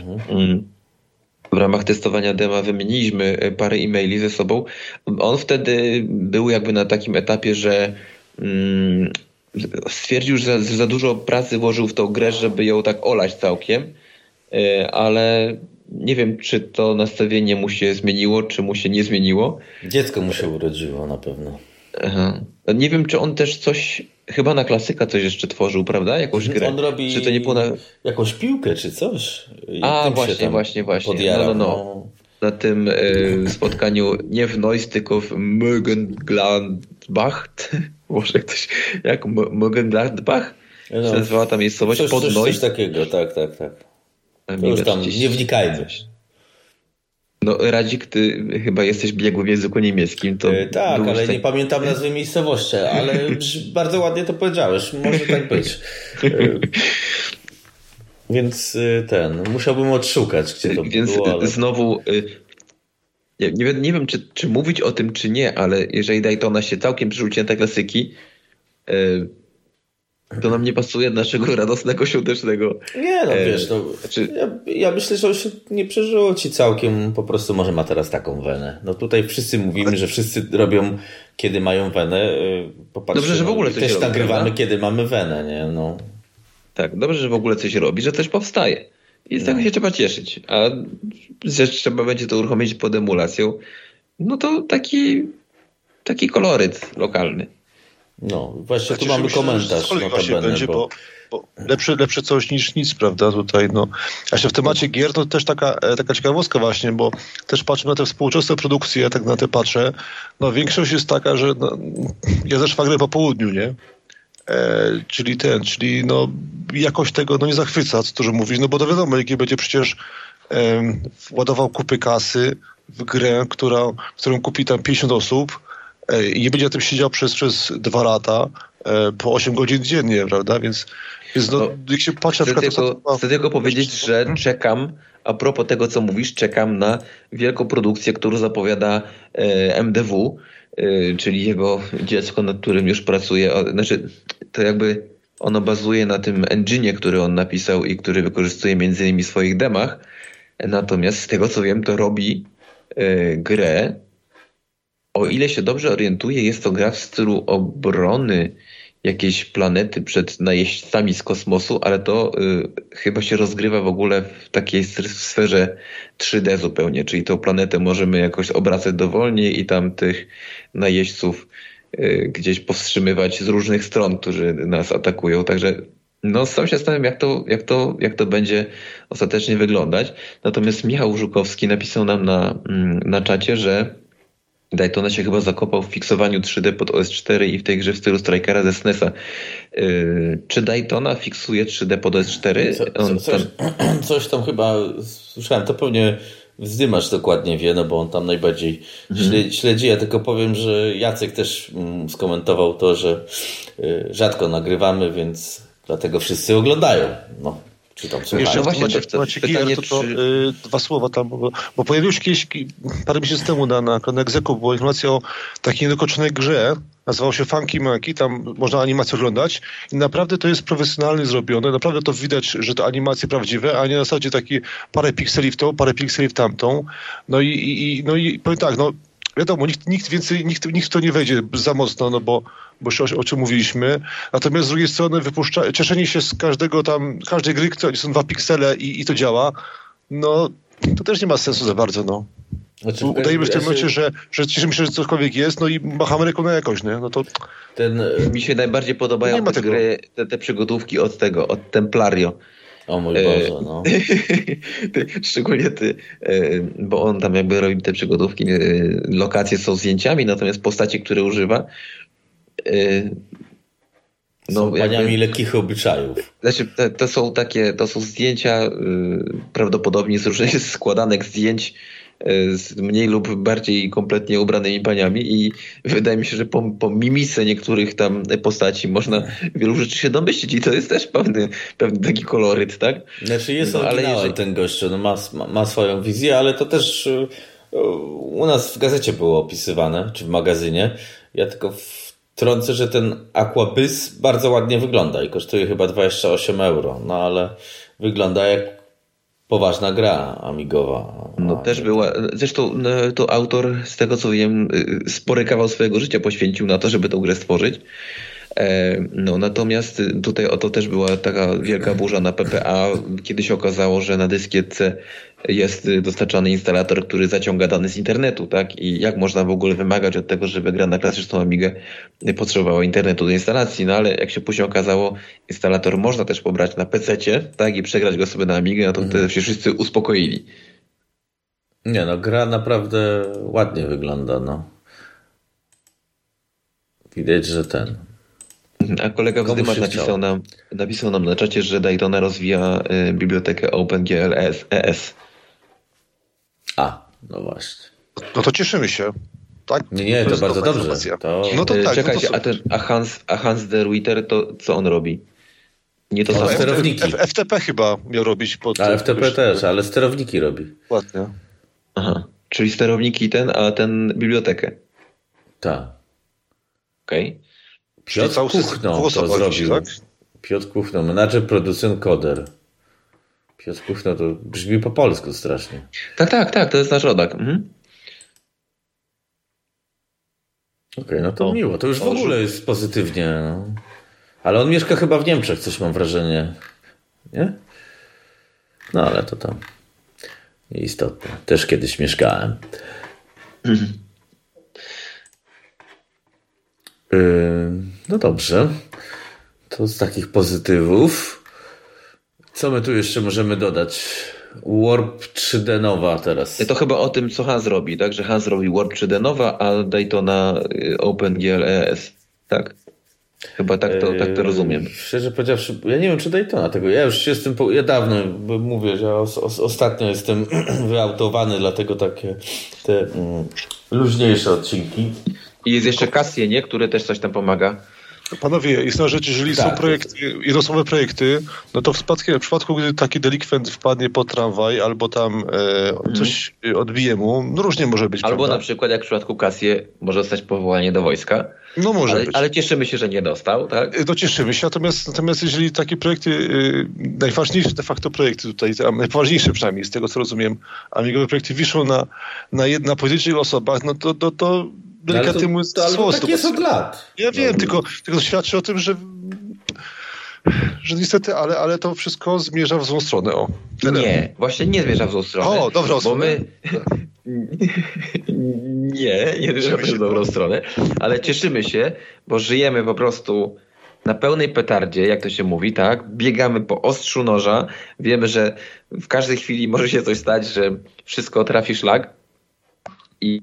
w ramach testowania dema wymieniliśmy parę e-maili ze sobą. On wtedy był jakby na takim etapie, że stwierdził, że za dużo pracy włożył w tą grę, żeby ją tak olać całkiem, ale nie wiem, czy to nastawienie mu się zmieniło, czy mu się nie zmieniło. Dziecko mu się urodziło na pewno. Aha. Nie wiem, czy on też coś chyba na klasyka coś jeszcze tworzył, prawda? Jakąś grę. On robi czy to nie było jakąś piłkę czy coś. Właśnie. Podjarał, no. Na tym spotkaniu nie w Neuss, tylko w Mönchengladbach. Może ktoś, jak Mönchengladbach? Się nazywała ta miejscowość pod Neuss. Coś takiego, tak. To już tam nie wnikajmy. No Radzik, ty chyba jesteś biegły w języku niemieckim. To tak, ale nie pamiętam nazwy miejscowości, ale bardzo ładnie to powiedziałeś. Może tak być. Więc musiałbym odszukać, gdzie to było. Ale... Znowu nie wiem, czy mówić o tym, czy nie, ale jeżeli Daytona się całkiem przerzuci na te klasyki, to nam nie pasuje naszego radosnego świątecznego. Nie, wiesz, ja myślę, że on się nie przerzuci całkiem, po prostu może ma teraz taką wenę. No tutaj wszyscy mówimy, że wszyscy robią, kiedy mają wenę. Popatrzcie, dobrze, że w ogóle coś też robi, nagrywamy, prawda? Kiedy mamy wenę, nie? No. Tak, dobrze, że w ogóle coś robi, że coś powstaje. I z tego się trzeba cieszyć. A że trzeba będzie to uruchomić pod emulacją, no to taki koloryt lokalny. No, właśnie tu mamy komentarz. Właśnie będzie, bo lepsze coś niż nic, prawda, tutaj, no. A jeszcze w temacie gier to też taka ciekawostka właśnie, bo też patrzę na te współczesne produkcje, ja tak na te patrzę, no większość jest taka, że ja ze szwagrem po południu, nie? Czyli no jakoś tego nie zachwyca, co dużo mówić, no bo to wiadomo, jaki będzie przecież ładował kupy kasy w grę, którą kupi tam 50 osób, i nie będzie na tym siedział przez 2 lata po 8 godzin dziennie, prawda? Więc jak się patrzy na przykład... Chcę tylko powiedzieć, że czekam, a propos tego, co mówisz, czekam na wielką produkcję, którą zapowiada MDW, czyli jego dziecko, nad którym już pracuje. Znaczy, to jakby ono bazuje na tym engine'ie, który on napisał i który wykorzystuje między innymi w swoich demach. Natomiast z tego, co wiem, to robi grę. O ile się dobrze orientuję, jest to gra w stylu obrony jakiejś planety przed najeźdźcami z kosmosu, ale to chyba się rozgrywa w ogóle w takiej sferze 3D zupełnie, czyli tą planetę możemy jakoś obracać dowolnie i tam tych najeźdźców gdzieś powstrzymywać z różnych stron, którzy nas atakują. Także no sam się zastanawiam, jak to będzie ostatecznie wyglądać. Natomiast Michał Żukowski napisał nam na czacie, że Daytona się chyba zakopał w fiksowaniu 3D pod OS4 i w tej grze w stylu Strikera ze SNES-a. Czy Daytona fiksuje 3D pod OS4? Coś tam chyba słyszałem, to pewnie Zdymasz dokładnie wie, no bo on tam najbardziej śledzi. Ja tylko powiem, że Jacek też skomentował to, że rzadko nagrywamy, więc dlatego wszyscy oglądają. No. Czy tam jeszcze właśnie w temacie gier, to 2 słowa tam, bo pojawiło się kiedyś parę miesięcy temu na Execu była informacja o takiej niedokończonej grze, nazywało się Funky Monkey, tam można animację oglądać i naprawdę to jest profesjonalnie zrobione, naprawdę to widać, że to animacje prawdziwe, a nie na zasadzie takie parę pikseli w tą, parę pikseli w tamtą. No i powiem tak, no wiadomo, nikt w to nie wejdzie za mocno, no bo o czym mówiliśmy. Natomiast z drugiej strony cieszenie się z każdej gry, gdzie są 2 piksele i to działa, no to też nie ma sensu za bardzo, no. Znaczy, udajemy w tym momencie, że cieszymy się, że cokolwiek jest, no i machamy ręką na jakoś, nie? No to... Mi się najbardziej podobają te gry, te przygodówki od Templario. O mój Boże, no. Szczególnie bo on tam jakby robi te przygodówki, lokacje są zdjęciami, natomiast postacie, które używa są paniami lekkich obyczajów. Znaczy, to są zdjęcia prawdopodobnie z różnych składanek zdjęć z mniej lub bardziej kompletnie ubranymi paniami i wydaje mi się, że po mimice niektórych tam postaci można wielu rzeczy się domyślić i to jest też pewny taki koloryt, tak? Znaczy jest oryginałem ten gościu, no ma swoją wizję, ale to też u nas w gazecie było opisywane, czy w magazynie. Ja tylko wtrącę, że ten Aquabys bardzo ładnie wygląda i kosztuje chyba 28 €, no ale wygląda jak poważna gra amigowa. No też była. Zresztą to autor, z tego co wiem, spory kawał swojego życia poświęcił na to, żeby tę grę stworzyć. No natomiast tutaj oto też była taka wielka burza na PPA, kiedy się okazało, że na dyskietce jest dostarczany instalator, który zaciąga dane z internetu, tak? I jak można w ogóle wymagać od tego, żeby gra na klasyczną Amigę potrzebowała internetu do instalacji? No ale jak się później okazało, instalator można też pobrać na PC-cie, tak? I przegrać go sobie na Amigę, no to wtedy się wszyscy uspokoili. Nie no, gra naprawdę ładnie wygląda, no. Widać, że ten... A kolega Wzdymacz napisał nam na czacie, że Daytona rozwija bibliotekę OpenGL-ES. A, no właśnie. No to cieszymy się. Tak? Nie, to bardzo dobrze. No to tak. Czekajcie, no to a Hans de Ruyter, to co on robi? Nie to samo. Sterowniki. FTP chyba miał robić. Ale FTP też, ale sterowniki robi. Ładnie. Aha, czyli sterowniki a ten bibliotekę. Tak. Okej. Piotr Kuchno to zrobił. Tak? Piotr Kuchno, menadżer, producent, koder. Piotr Kuchno to brzmi po polsku strasznie. Tak, to jest nasz rodak. Okej, no to miło. To już w ogóle jest pozytywnie. No. Ale on mieszka chyba w Niemczech, coś mam wrażenie. Nie? No ale to tam nieistotne. Też kiedyś mieszkałem. No dobrze. To z takich pozytywów. Co my tu jeszcze możemy dodać? Warp 3D Nova teraz. To chyba o tym, co Hans robi, tak? Że Hans robi Warp 3D Nova, a Daytona OpenGL-ES. Tak? Chyba tak to rozumiem. Szczerze powiedziawszy, ja nie wiem, czy Daytona tego. Ja już jestem, ja dawno mówię, że ostatnio jestem wyautowany, dlatego takie te luźniejsze odcinki. I jest jeszcze Cassie, nie? Które też coś tam pomaga. Panowie, jest na rzecz, jeżeli są projekty, jednostkowe projekty, no to w przypadku, gdy taki delikwent wpadnie pod tramwaj albo tam coś odbije mu, no różnie może być. Albo prawda? Na przykład jak w przypadku Cassie może dostać powołanie do wojska. No może być. Ale cieszymy się, że nie dostał, tak? No cieszymy się, natomiast jeżeli takie projekty, najważniejsze de facto projekty tutaj, najpoważniejsze przynajmniej z tego co rozumiem, amigowe projekty wiszą na pojedynczych osobach, no to delikatnie mówiąc, tak jest od lat. Ja wiem, tylko to świadczy o tym, że niestety, ale to wszystko zmierza w złą stronę. Nie, właśnie nie zmierza w złą stronę. O, dobrą stronę. Nie zmierza w dobrą stronę, ale cieszymy się, bo żyjemy po prostu na pełnej petardzie, jak to się mówi, tak? Biegamy po ostrzu noża, wiemy, że w każdej chwili może się coś stać, że wszystko trafi szlak i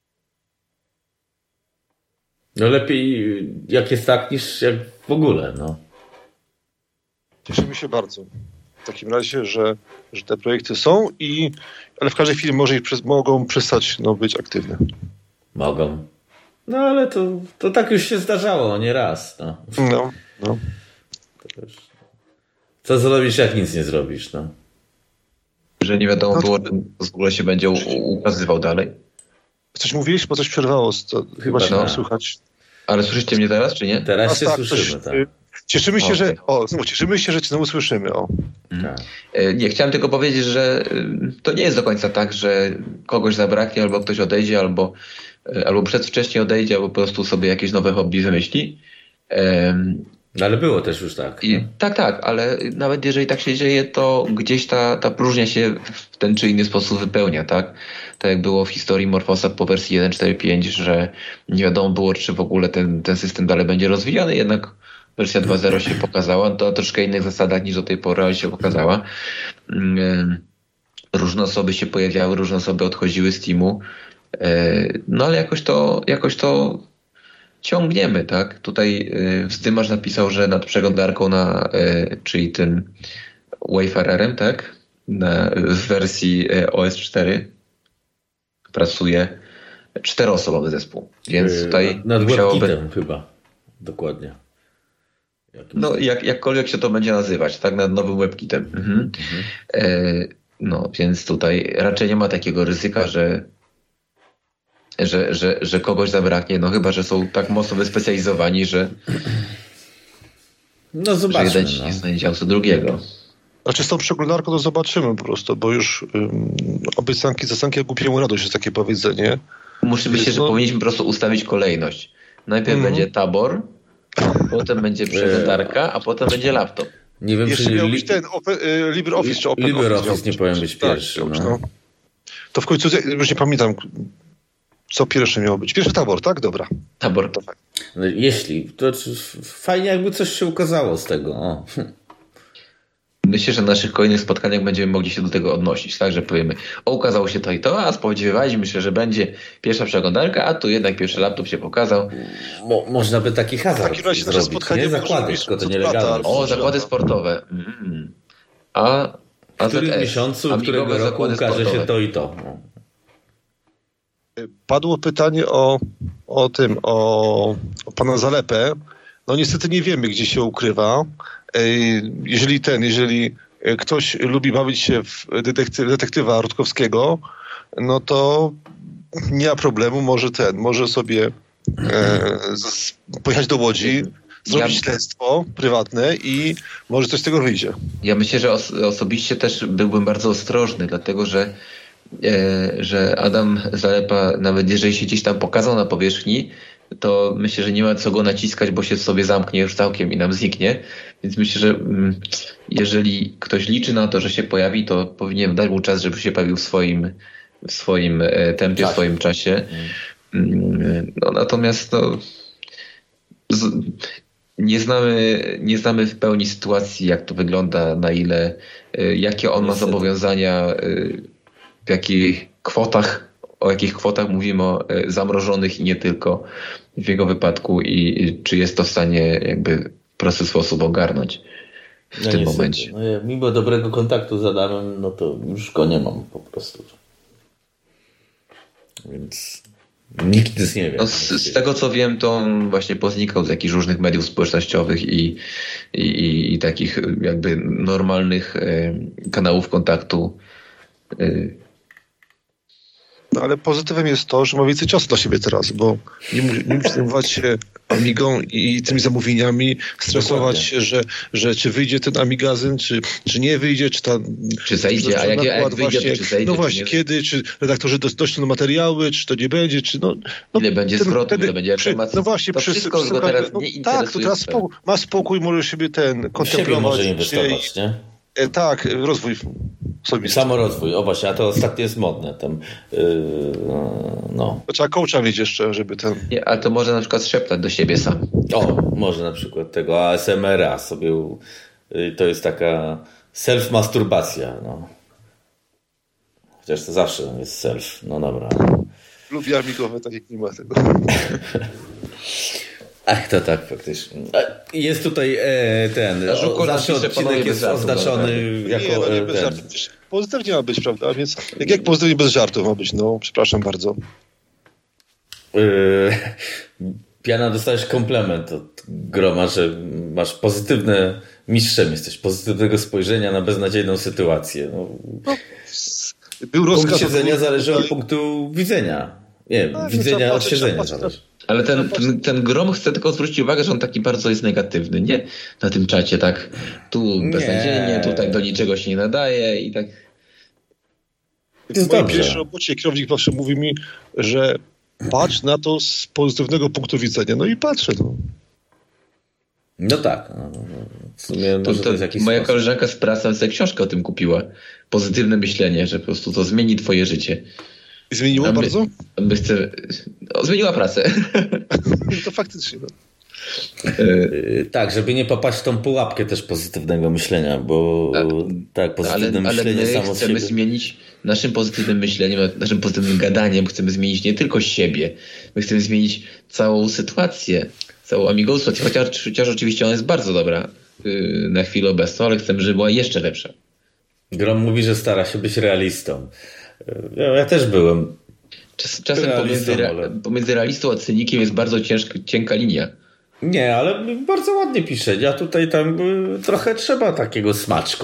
no lepiej jak jest tak, niż jak w ogóle, no. Cieszymy się bardzo. W takim razie, że te projekty są ale w każdej chwili mogą przestać być aktywne. Mogą. No ale to tak już się zdarzało, nie raz. No. Co zrobisz, jak nic nie zrobisz, no. Że nie wiadomo było, w ogóle się będzie ukazywał dalej. Coś mówiłeś, bo coś przerwało. Chyba się słychać. Ale słyszycie mnie teraz, czy nie? Teraz się słyszymy, tak. Cieszymy się, cieszymy się, że cię znowu słyszymy. Tak. Nie, chciałem tylko powiedzieć, że to nie jest do końca tak, że kogoś zabraknie, albo ktoś odejdzie, albo przedwcześnie odejdzie, albo po prostu sobie jakieś nowe hobby wymyśli. No ale było też już tak. Tak, ale nawet jeżeli tak się dzieje, to gdzieś ta próżnia się w ten czy inny sposób wypełnia, tak? Tak jak było w historii Morphosa po wersji 1.4.5, że nie wiadomo było, czy w ogóle ten system dalej będzie rozwijany, jednak wersja 2.0 się pokazała, to na troszkę innych zasadach niż do tej pory, ale się pokazała. Różne osoby się pojawiały, różne osoby odchodziły z teamu, no ale jakoś to ciągniemy, tak? Tutaj Wzdymacz napisał, że nad przeglądarką czyli tym Wayfarerem, tak? W wersji OS 4 pracuje 4-osobowy zespół, więc tutaj nad WebKitem chyba, dokładnie. No jakkolwiek się to będzie nazywać, tak? Nad nowym WebKitem. No, więc tutaj raczej nie ma takiego ryzyka, że kogoś zabraknie, no chyba, że są tak mocno wyspecjalizowani, że zobaczmy, że jeden ci nie znajdzie działu co drugiego. Znaczy z tą przeglądarką to zobaczymy po prostu, bo już obiecanki zasanki, jak głupiemu radość jest takie powiedzenie. Myślę, że powinniśmy po prostu ustawić kolejność. Najpierw będzie tabor, potem będzie przeglądarka, a potem będzie laptop. Nie wiem, Jeszcze czy miał być ten LibreOffice czy OpenOffice. LibreOffice nie powinien być pierwszy. Tak, no. To w końcu, już nie pamiętam, co pierwsze miało być. Pierwszy tabor, tak? Dobra. Tabor. To tak. Jeśli, to fajnie jakby coś się ukazało z tego. O. Myślę, że na naszych kolejnych spotkaniach będziemy mogli się do tego odnosić, tak, że powiemy, ukazało się to i to, a spodziewaliśmy się, że będzie pierwsza przeglądarka, a tu jednak pierwszy laptop się pokazał. Można by taki hazard W takim razie nasze zrobić, spotkanie nie? Zakłady, tylko to nielegalne. O, zakłady sportowe. A w którym miesiącu, którego roku ukaże się to i to. No. Padło pytanie o pana Zalepę. No niestety nie wiemy, gdzie się ukrywa. Jeżeli ktoś lubi bawić się w detektywa Rutkowskiego, no to nie ma problemu, może sobie pojechać do Łodzi, zrobić śledztwo prywatne i może coś z tego wyjdzie. Ja myślę, że osobiście też byłbym bardzo ostrożny, dlatego że Adam Zalepa, nawet jeżeli się gdzieś tam pokazał na powierzchni, to myślę, że nie ma co go naciskać, bo się w sobie zamknie już całkiem i nam zniknie. Więc myślę, że jeżeli ktoś liczy na to, że się pojawi, to powinien dać mu czas, żeby się pojawił w swoim tempie, w swoim czasie. No, natomiast nie znamy w pełni sytuacji, jak to wygląda, na ile, jakie on ma zobowiązania, o jakich kwotach mówimy, zamrożonych i nie tylko w jego wypadku i czy jest to w stanie jakby w prosty sposób ogarnąć w tym momencie. No ja, mimo dobrego kontaktu z Adamem, no to już go nie mam po prostu. Więc nikt nic nie wie. No z tego co wiem, to on właśnie poznikał z jakichś różnych mediów społecznościowych i takich jakby normalnych kanałów kontaktu. No ale pozytywem jest to, że ma więcej czasu dla siebie teraz, bo nie musi zajmować się Amigą i tymi zamówieniami, stresować się, że czy wyjdzie ten Amigazyn, czy nie wyjdzie, czy zejdzie, a jak wyjdzie, to czy zejdzie. No właśnie, kiedy, czy redaktorzy doślą materiały, czy to nie będzie, czy ile będzie zwrotu, ile będzie informacji. No właśnie, to wszystko go teraz nie interesuje. Tak, to teraz ma spokój, może sobie kontemplować. Może inwestować, nie? Tak, rozwój osobisty. Samorozwój, o właśnie, a to ostatnio jest modne. Tam, no. Trzeba coacha mieć jeszcze, żeby Nie, ale to może na przykład szeptać do siebie sam. O, może na przykład tego ASMR-a sobie, to jest taka self-masturbacja, no. Chociaż to zawsze jest self, no dobra. Lubię amigowe takie klimaty. Ach, to tak faktycznie. Jest tutaj zawsze odcinek jest oznaczony jako bez żartów. Pozytywnie ma być, prawda? Więc jak pozytywnie bez żartów ma być? No, przepraszam bardzo. Piana, dostałeś komplement od Groma, że masz pozytywne, mistrzem jesteś, pozytywnego spojrzenia na beznadziejną sytuację. Był rozkaz. Punkt siedzenia zależy od punktu widzenia. Nie, widzenia od siedzenia zależy. Ale ten Grom chce tylko zwrócić uwagę, że on taki bardzo jest negatywny, nie? Na tym czacie, tak tu beznadziejnie, tutaj do niczego się nie nadaje i tak. W mojej pierwszej robocie kierownik zawsze mówi mi, że patrz na to z pozytywnego punktu widzenia. No i patrzę. No tak. W sumie to jest jakiś moja koleżanka z pracy sobie książkę o tym kupiła. Pozytywne myślenie, że po prostu to zmieni twoje życie. I zmieniło bardzo? Zmieniła pracę. To faktycznie. Tak, żeby nie popaść w tą pułapkę też pozytywnego myślenia, bo tak pozytywne myślenie ale my samo chcemy zmienić naszym pozytywnym myśleniem, naszym pozytywnym gadaniem, chcemy zmienić nie tylko siebie, my chcemy zmienić całą sytuację, całą amigową sytuację, chociaż oczywiście ona jest bardzo dobra na chwilę obecną, ale chcemy, żeby była jeszcze lepsza. Grom mówi, że stara się być realistą. Ja też byłem. Czasem pomiędzy realistą a cynikiem jest bardzo cienka linia. Nie, ale bardzo ładnie pisze. Ja tutaj tam trochę trzeba takiego smaczku.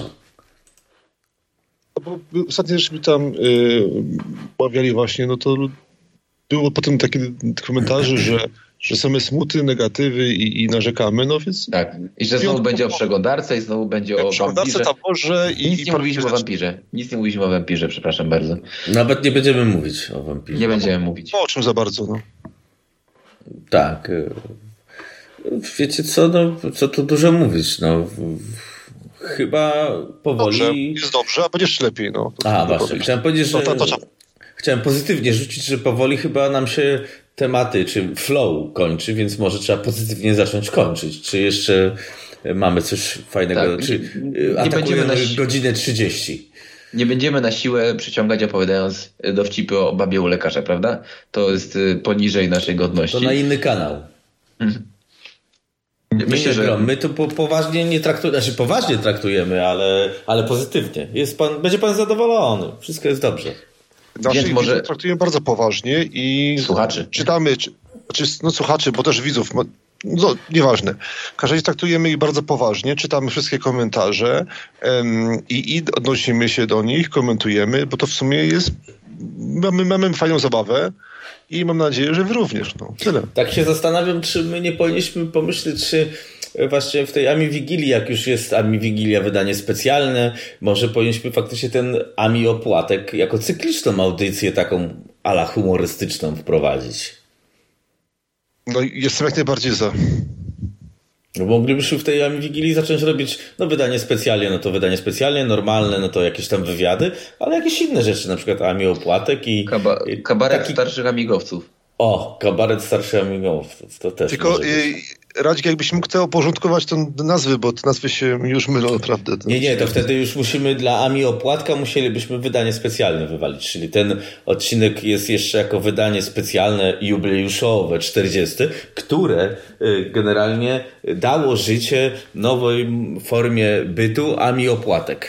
Bo ostatnio też mi tam omawiali właśnie, no to było potem takie komentarze, że same smuty, negatywy i narzekamy, no więc... Tak, i że znowu będzie o przeglądarce i znowu będzie o wampirze. Taborze Nic nie mówiliśmy o wampirze. Nic nie mówiliśmy o wampirze, przepraszam bardzo. Nawet nie będziemy mówić o wampirze. Nie będziemy mówić. O czym za bardzo, no. Tak. Wiecie co, no, co tu dużo mówić, no. Chyba powoli... Dobrze, jest dobrze, a będzie jeszcze lepiej, no. Właśnie, chciałem powiedzieć, że... Chciałem pozytywnie rzucić, że powoli chyba nam się tematy, czy flow kończy, więc może trzeba pozytywnie zacząć kończyć. Czy jeszcze mamy coś fajnego, czy atakujemy godzinę 30? Nie będziemy na siłę przyciągać, opowiadając dowcipy o babie u lekarza, prawda? To jest poniżej naszej godności. To na inny kanał. Myślę, że my to poważnie nie traktujemy, znaczy poważnie traktujemy, ale pozytywnie. Będzie pan zadowolony. Wszystko jest dobrze. Naszych widzów traktujemy bardzo poważnie i słuchaczy. Czytamy, słuchaczy, bo też widzów, no, nieważne. Każdy traktujemy ich bardzo poważnie, czytamy wszystkie komentarze i odnosimy się do nich, komentujemy, bo to w sumie jest, mamy fajną zabawę i mam nadzieję, że wy również. No, tyle. Tak się zastanawiam, czy my nie powinniśmy pomyśleć, czy właśnie w tej Ami Wigilii, jak już jest Ami Wigilia wydanie specjalne, może powinniśmy faktycznie ten Ami Opłatek jako cykliczną audycję taką ala humorystyczną wprowadzić. No jestem jak najbardziej za. No, moglibyśmy w tej Ami Wigilii zacząć robić wydanie specjalne, no to wydanie specjalne, normalne, no to jakieś tam wywiady, ale jakieś inne rzeczy, na przykład Ami Opłatek i... Kabaret starszych amigowców. Kabaret starszych amigowców, to też. Tylko Radzik, jakbyś mógł uporządkować te nazwy, bo te nazwy się już mylą naprawdę. Nie, to wtedy już musimy dla Ami Opłatka musielibyśmy wydanie specjalne wywalić, czyli ten odcinek jest jeszcze jako wydanie specjalne jubileuszowe 40, które generalnie dało życie nowej formie bytu Ami Opłatek.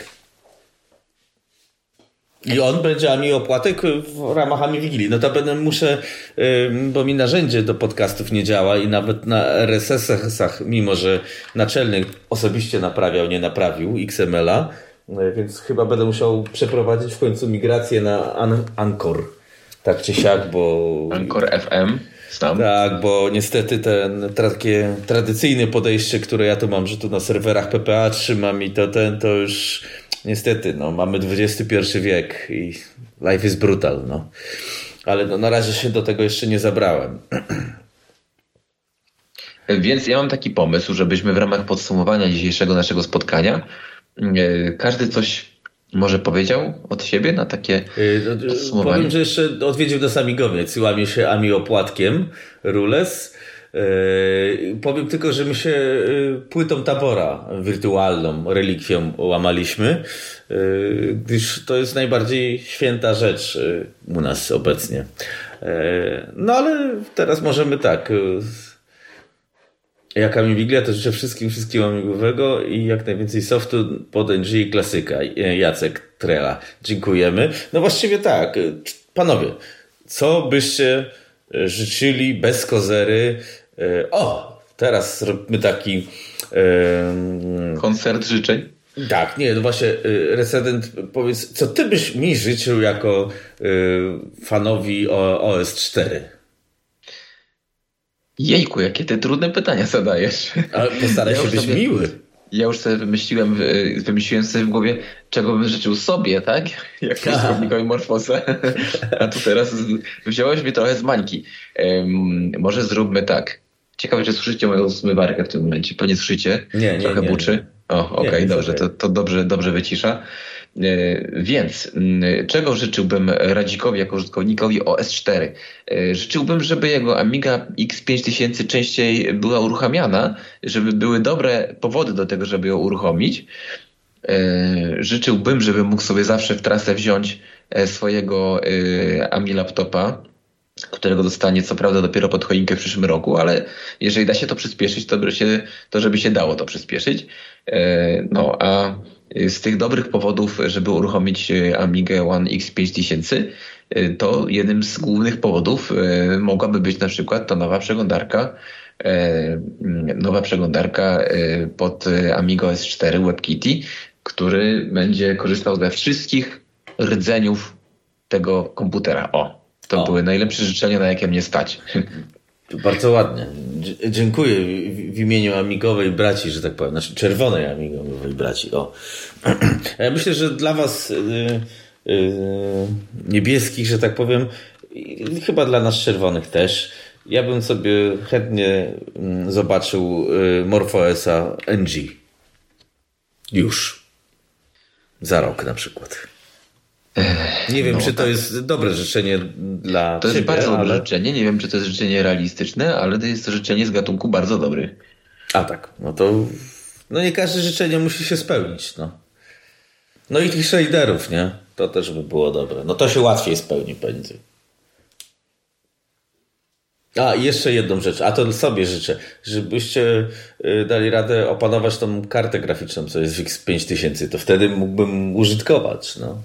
I on będzie Ami Opłatek w ramach Ami Wigilii. Notabene muszę, bo mi narzędzie do podcastów nie działa i nawet na RSS-ach, mimo że naczelny osobiście nie naprawił XML-a, więc chyba będę musiał przeprowadzić w końcu migrację na Anchor. Tak czy siak, bo... Anchor FM? Znam. Tak, bo niestety takie tradycyjne podejście, które ja tu mam, że tu na serwerach PPA trzymam i to już... Niestety, mamy XXI wiek i life is brutal, Ale na razie się do tego jeszcze nie zabrałem. Więc ja mam taki pomysł, żebyśmy w ramach podsumowania dzisiejszego naszego spotkania każdy coś może powiedział od siebie na takie podsumowanie. Powiem, że jeszcze odwiedził nas Amigowiec i łamie się Ami Opłatkiem, Rules. Powiem tylko, że my się płytą Tabora wirtualną, relikwią łamaliśmy, gdyż to jest najbardziej święta rzecz u nas obecnie. No ale teraz możemy tak. Jak Ami Wiglia, to życzę wszystkiego amigowego i jak najwięcej softu pod NG i klasyka. Jacek Trela. Dziękujemy. No właściwie tak. Panowie, co byście życzyli bez kozery? Teraz robimy taki... koncert życzeń? Tak, właśnie Recedent, powiedz, co ty byś mi życzył jako fanowi OS4? Jejku, jakie ty trudne pytania zadajesz. Ale postaraj się być miły. Ja już sobie wymyśliłem sobie w głowie, czego bym życzył sobie, tak? Jak użytkownikowi Morfosę. A tu teraz wziąłeś mnie trochę z mańki. Może zróbmy tak. Ciekawe, czy słyszycie moją zmywarkę w tym momencie. Pewnie słyszycie. Nie. Trochę buczy. Okej, dobrze. To dobrze wycisza. Więc czego życzyłbym Radzikowi jako użytkownikowi OS4? Życzyłbym, żeby jego Amiga X5000 częściej była uruchamiana, żeby były dobre powody do tego, żeby ją uruchomić. Życzyłbym, żeby mógł sobie zawsze w trasę wziąć swojego Ami laptopa, którego dostanie co prawda dopiero pod choinkę w przyszłym roku, ale jeżeli da się to przyspieszyć, to żeby się dało to przyspieszyć. A z tych dobrych powodów, żeby uruchomić Amigę One X5000, to jednym z głównych powodów mogłaby być na przykład ta nowa przeglądarka pod Amiga OS4 WebKitty, który będzie korzystał ze wszystkich rdzeniów tego komputera. To były najlepsze życzenia, na jakie mnie stać. Bardzo ładnie. Dziękuję w imieniu amigowej braci, że tak powiem. Znaczy czerwonej amigowej braci. Ja myślę, że dla was niebieskich, że tak powiem, i chyba dla nas czerwonych też, Ja bym sobie chętnie zobaczył MorphOS-a NG. Już. Za rok na przykład. Nie wiem, czy to jest dobre życzenie dla To ciebie, jest bardzo dobre ale... życzenie. Nie wiem, czy to jest życzenie realistyczne, ale to jest to życzenie z gatunku bardzo dobry. A tak, no to... No nie każde życzenie musi się spełnić, no. No i tych shaderów, nie? To też by było dobre. No to się łatwiej spełni prędzej. A, i jeszcze jedną rzecz, a to sobie życzę, żebyście dali radę opanować tą kartę graficzną, co jest w X5000, to wtedy mógłbym użytkować, no.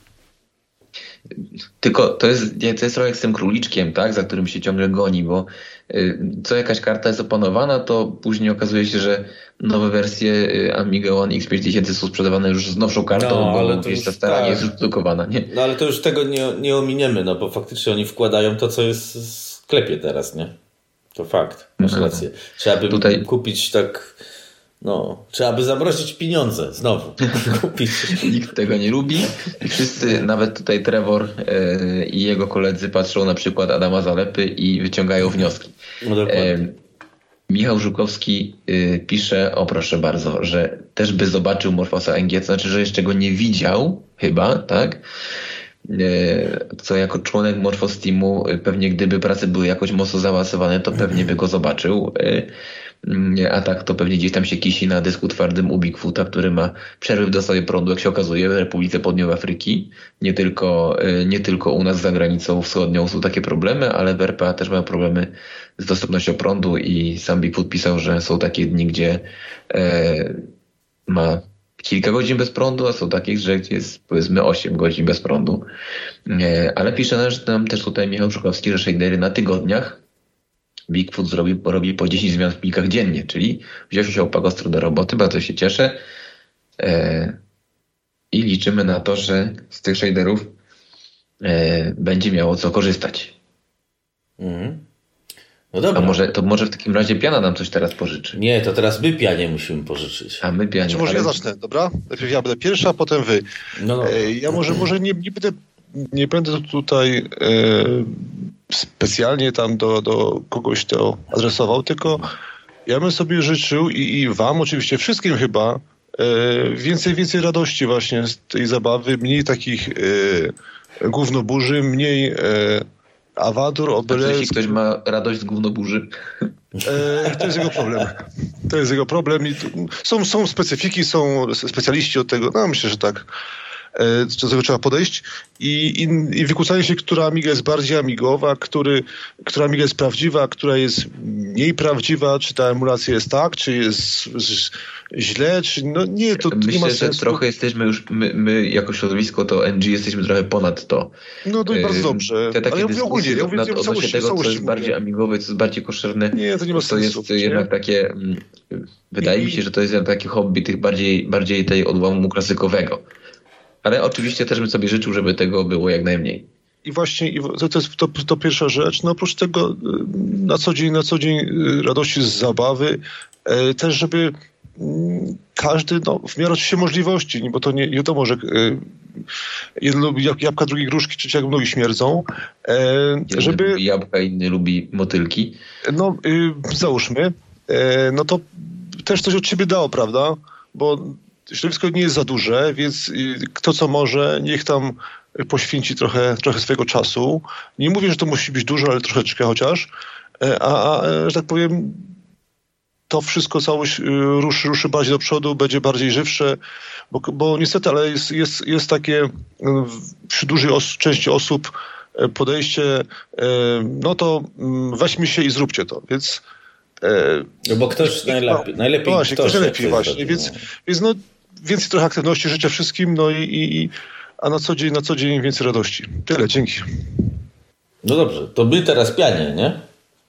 Tylko to jest trochę jak z tym króliczkiem, tak, za którym się ciągle goni, bo co jakaś karta jest opanowana, to później okazuje się, że nowe wersje Amiga One X5000 są sprzedawane już z nowszą kartą, bo gdzieś ta stara nie jest już produkowana, nie? No ale to już tego nie ominiemy, no bo faktycznie oni wkładają to, co jest w sklepie teraz, nie? To fakt, masz rację. Trzeba by tutaj kupić tak... No, trzeba by zamrozić pieniądze znowu. Kupić. Nikt tego nie lubi. Wszyscy, nawet tutaj Trevor i jego koledzy patrzą na przykład Adama Zalepy i wyciągają wnioski. No dokładnie. Michał Żukowski pisze, o proszę bardzo, że też by zobaczył MorphOS-a NG, to znaczy, że jeszcze go nie widział chyba, tak? Co jako członek Morphos Teamu pewnie gdyby prace były jakoś mocno zaawansowane, to pewnie by go zobaczył. A tak to pewnie gdzieś tam się kisi na dysku twardym u Bigfoota, który ma przerwy w dostawie prądu, jak się okazuje, w Republice Południowej Afryki. Nie tylko u nas za granicą wschodnią są takie problemy, ale w RPA też mają problemy z dostępnością prądu i sam Bigfoot pisał, że są takie dni, gdzie ma kilka godzin bez prądu, a są takie, że jest powiedzmy 8 godzin bez prądu. Ale pisze nam też tutaj Michał Żukowski, że shadery na tygodniach Bigfoot robi po 10 zmian w plikach dziennie, czyli wziął się opak ostro do roboty, bardzo się cieszę i liczymy na to, że z tych shaderów będzie miało co korzystać. No dobra. A może w takim razie Piana nam coś teraz pożyczy? Nie, to teraz my Pianie musimy pożyczyć. A my Pianie. Czy może ja zacznę, dobra? Najpierw ja będę pierwszy, a potem wy. No. Ja może nie będę tutaj specjalnie tam do kogoś to adresował, tylko ja bym sobie życzył i wam oczywiście wszystkim chyba więcej radości właśnie z tej zabawy, mniej takich gównoburzy, mniej awantur, obelewstw. Jeśli ktoś ma radość z gównoburzy? To jest jego problem. To jest jego problem. I są specyfiki, są specjaliści od tego. No myślę, że tak. Do tego trzeba podejść i wykłócanie się, która Amiga jest bardziej amigowa, która Amiga jest prawdziwa, która jest mniej prawdziwa, czy ta emulacja jest tak, czy jest źle, czy no nie, to myślę, nie ma sensu. Że trochę jesteśmy już, my jako środowisko to NG jesteśmy trochę ponad to. No to bardzo dobrze. Te takie ale ja mówię ogólnie, odnośnie tego, co jest bardziej amigowe, co jest bardziej koszerne. Nie, to nie ma sensu. To jest jednak takie, wydaje mi się, że to jest jednak takie hobby tych bardziej tej odłamu klasykowego. Ale oczywiście też bym sobie życzył, żeby tego było jak najmniej. I właśnie to jest to pierwsza rzecz. No oprócz tego na co dzień radości z zabawy, też żeby każdy, no w miarę oczywiście możliwości, bo to nie wiadomo, że jeden lubi jabłka, drugi gruszki, trzeci jak mnogi śmierdzą. Jeden lubi jabłka, inny lubi motylki. No załóżmy, no to też coś od siebie dało, prawda? Bo środowisko nie jest za duże, więc kto co może, niech tam poświęci trochę swojego czasu. Nie mówię, że to musi być dużo, ale troszeczkę chociaż. A że tak powiem, to wszystko całość ruszy bardziej do przodu, będzie bardziej żywsze, bo niestety, ale jest takie przy dużej części osób podejście, no to weźmy się i zróbcie to, więc no bo ktoś najlepiej właśnie, ktoś najlepiej właśnie, zrobi, więc no więcej trochę aktywności życzę wszystkim, no a na co dzień więcej radości. Tyle, dzięki. No dobrze, to my teraz Pianie, nie?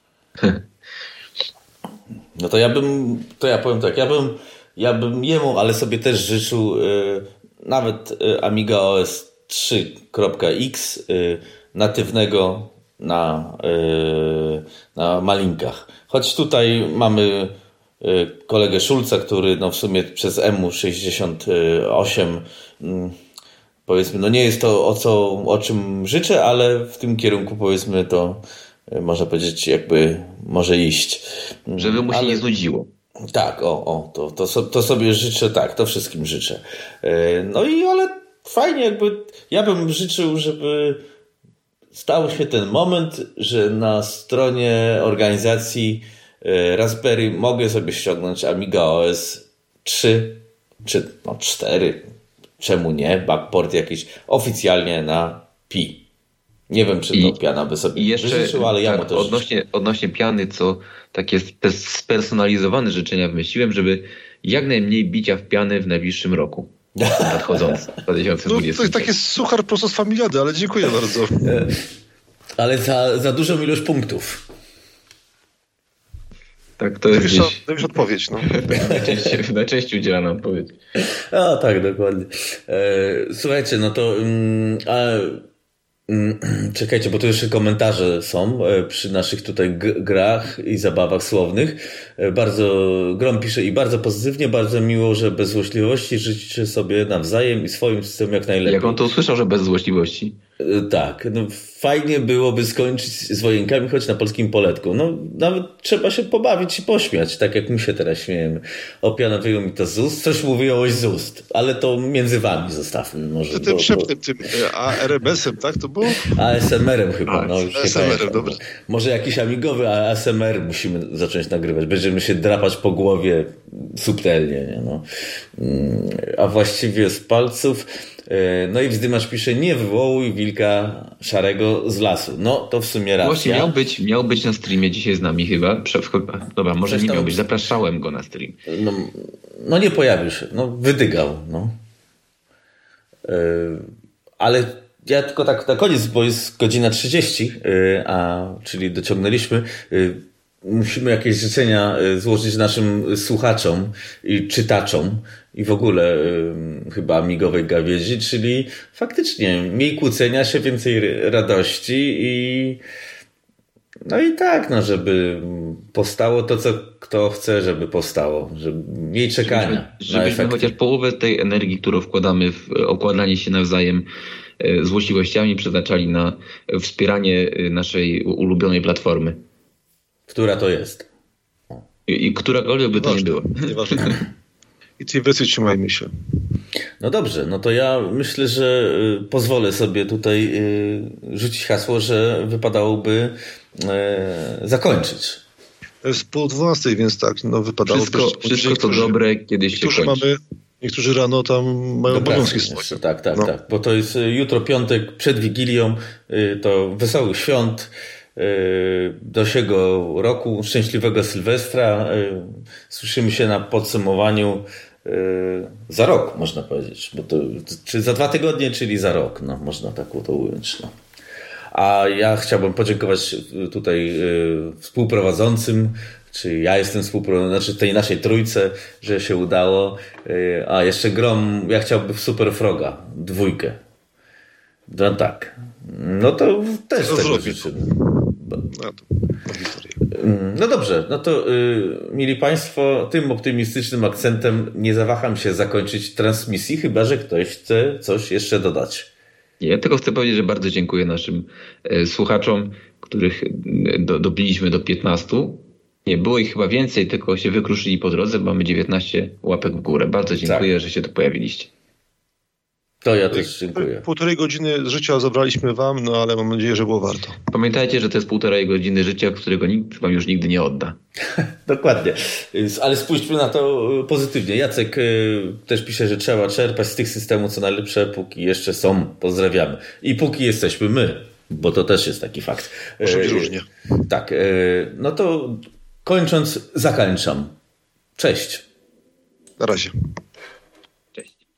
No to ja powiem tak, ja bym jemu, ale sobie też życzył nawet Amiga OS 3.x natywnego na malinkach. Choć tutaj mamy kolegę Szulca, który no w sumie przez EMU68 powiedzmy, no nie jest to o czym życzę, ale w tym kierunku powiedzmy to można powiedzieć, jakby może iść. Żeby mu się nie znudziło. Tak, to sobie życzę, tak, to wszystkim życzę. No i ale fajnie jakby, ja bym życzył, żeby stał się ten moment, że na stronie organizacji Raspberry mogę sobie ściągnąć Amiga OS 3 czy 4, czemu nie, backport jakiś oficjalnie na Pi. Nie wiem, czy to Piana by sobie życzył, ale ja mu to odnośnie Piany, co takie spersonalizowane życzenia wymyśliłem, żeby jak najmniej bicia w piany w najbliższym roku. Nadchodząc 2020. No, to jest takie suchar prosto z Familiady, ale dziękuję bardzo. Ale za dużą ilość punktów. Tak, to jest już odpowiedź. No. Najczęściej udzielana odpowiedź. A tak, dokładnie. Słuchajcie, no to czekajcie, bo tu jeszcze komentarze są przy naszych tutaj grach i zabawach słownych. Bardzo Grom pisze i bardzo pozytywnie, bardzo miło, że bez złośliwości życzycie sobie nawzajem i swoim systemem jak najlepiej. Jak on to usłyszał, że bez złośliwości? Tak, no fajnie byłoby skończyć z wojenkami, choć na polskim poletku. No nawet trzeba się pobawić i pośmiać, tak jak my się teraz śmiejemy. Opiana wyjął mi to z ust, coś mu wyjąłeś z ust, ale to między wami zostawmy może. Tym szeptem, tym ARMS-em, tak to było? ASMR-em chyba. ASMR-em, dobra. Może jakiś amigowy ASMR musimy zacząć nagrywać. Będziemy się drapać po głowie subtelnie. Nie? No. A właściwie z palców. No i Wzdymacz pisze, nie wywołuj wilka szarego z lasu. No to w sumie racja. Właśnie miał być na streamie dzisiaj z nami chyba. Dobra, może nie miał być. Zapraszałem go na stream. No nie pojawił się. No wydygał. No. Ale ja tylko tak na koniec, bo jest godzina 30, czyli dociągnęliśmy. Musimy jakieś życzenia złożyć naszym słuchaczom i czytaczom i w ogóle chyba amigowej gawiedzi, czyli faktycznie mniej kłócenia się, więcej radości i no i tak, no żeby powstało to, co kto chce, żeby powstało, żeby mniej czekania. Żebyśmy chociaż połowę tej energii, którą wkładamy w okładanie się nawzajem złośliwościami, przeznaczali na wspieranie naszej ulubionej platformy. Która to jest? I którakolwiek by to nie było. Nieważne. I tej wersji trzymajmy się. No dobrze, no to ja myślę, że pozwolę sobie tutaj rzucić hasło, że wypadałoby zakończyć. To jest 11:30, więc tak, no wypadałoby. Wszystko to dobre kiedyś się kończy. Niektórzy rano tam mają obowiązki swoje. Tak, bo to jest jutro piątek przed Wigilią, to wesołych świąt, do siego roku, szczęśliwego Sylwestra. Słyszymy się na podsumowaniu za rok, można powiedzieć. Bo to, czy za 2 tygodnie, czyli za rok. No, można tak to ująć. No. A ja chciałbym podziękować tutaj współprowadzącym, czy ja jestem współprowadzącym, tej naszej trójce, że się udało. A jeszcze Grom, ja chciałbym w Super Froga 2. No tak. No to też tego życzymy. No dobrze, no to mili Państwo, tym optymistycznym akcentem nie zawaham się zakończyć transmisji, chyba że ktoś chce coś jeszcze dodać. Ja tylko chcę powiedzieć, że bardzo dziękuję naszym słuchaczom, których dobiliśmy do 15. Nie, było ich chyba więcej, tylko się wykruszyli po drodze, bo mamy 19 łapek w górę. Bardzo dziękuję, że się tu pojawiliście. To ja też dziękuję. 1,5 godziny życia zabraliśmy wam, no ale mam nadzieję, że było warto. Pamiętajcie, że to jest 1,5 godziny życia, którego nikt wam już nigdy nie odda. Dokładnie. Ale spójrzmy na to pozytywnie. Jacek też pisze, że trzeba czerpać z tych systemów co najlepsze, póki jeszcze są. Pozdrawiamy. I póki jesteśmy my, bo to też jest taki fakt. Może być różnie. Tak. No to kończąc, zakończam. Cześć. Na razie.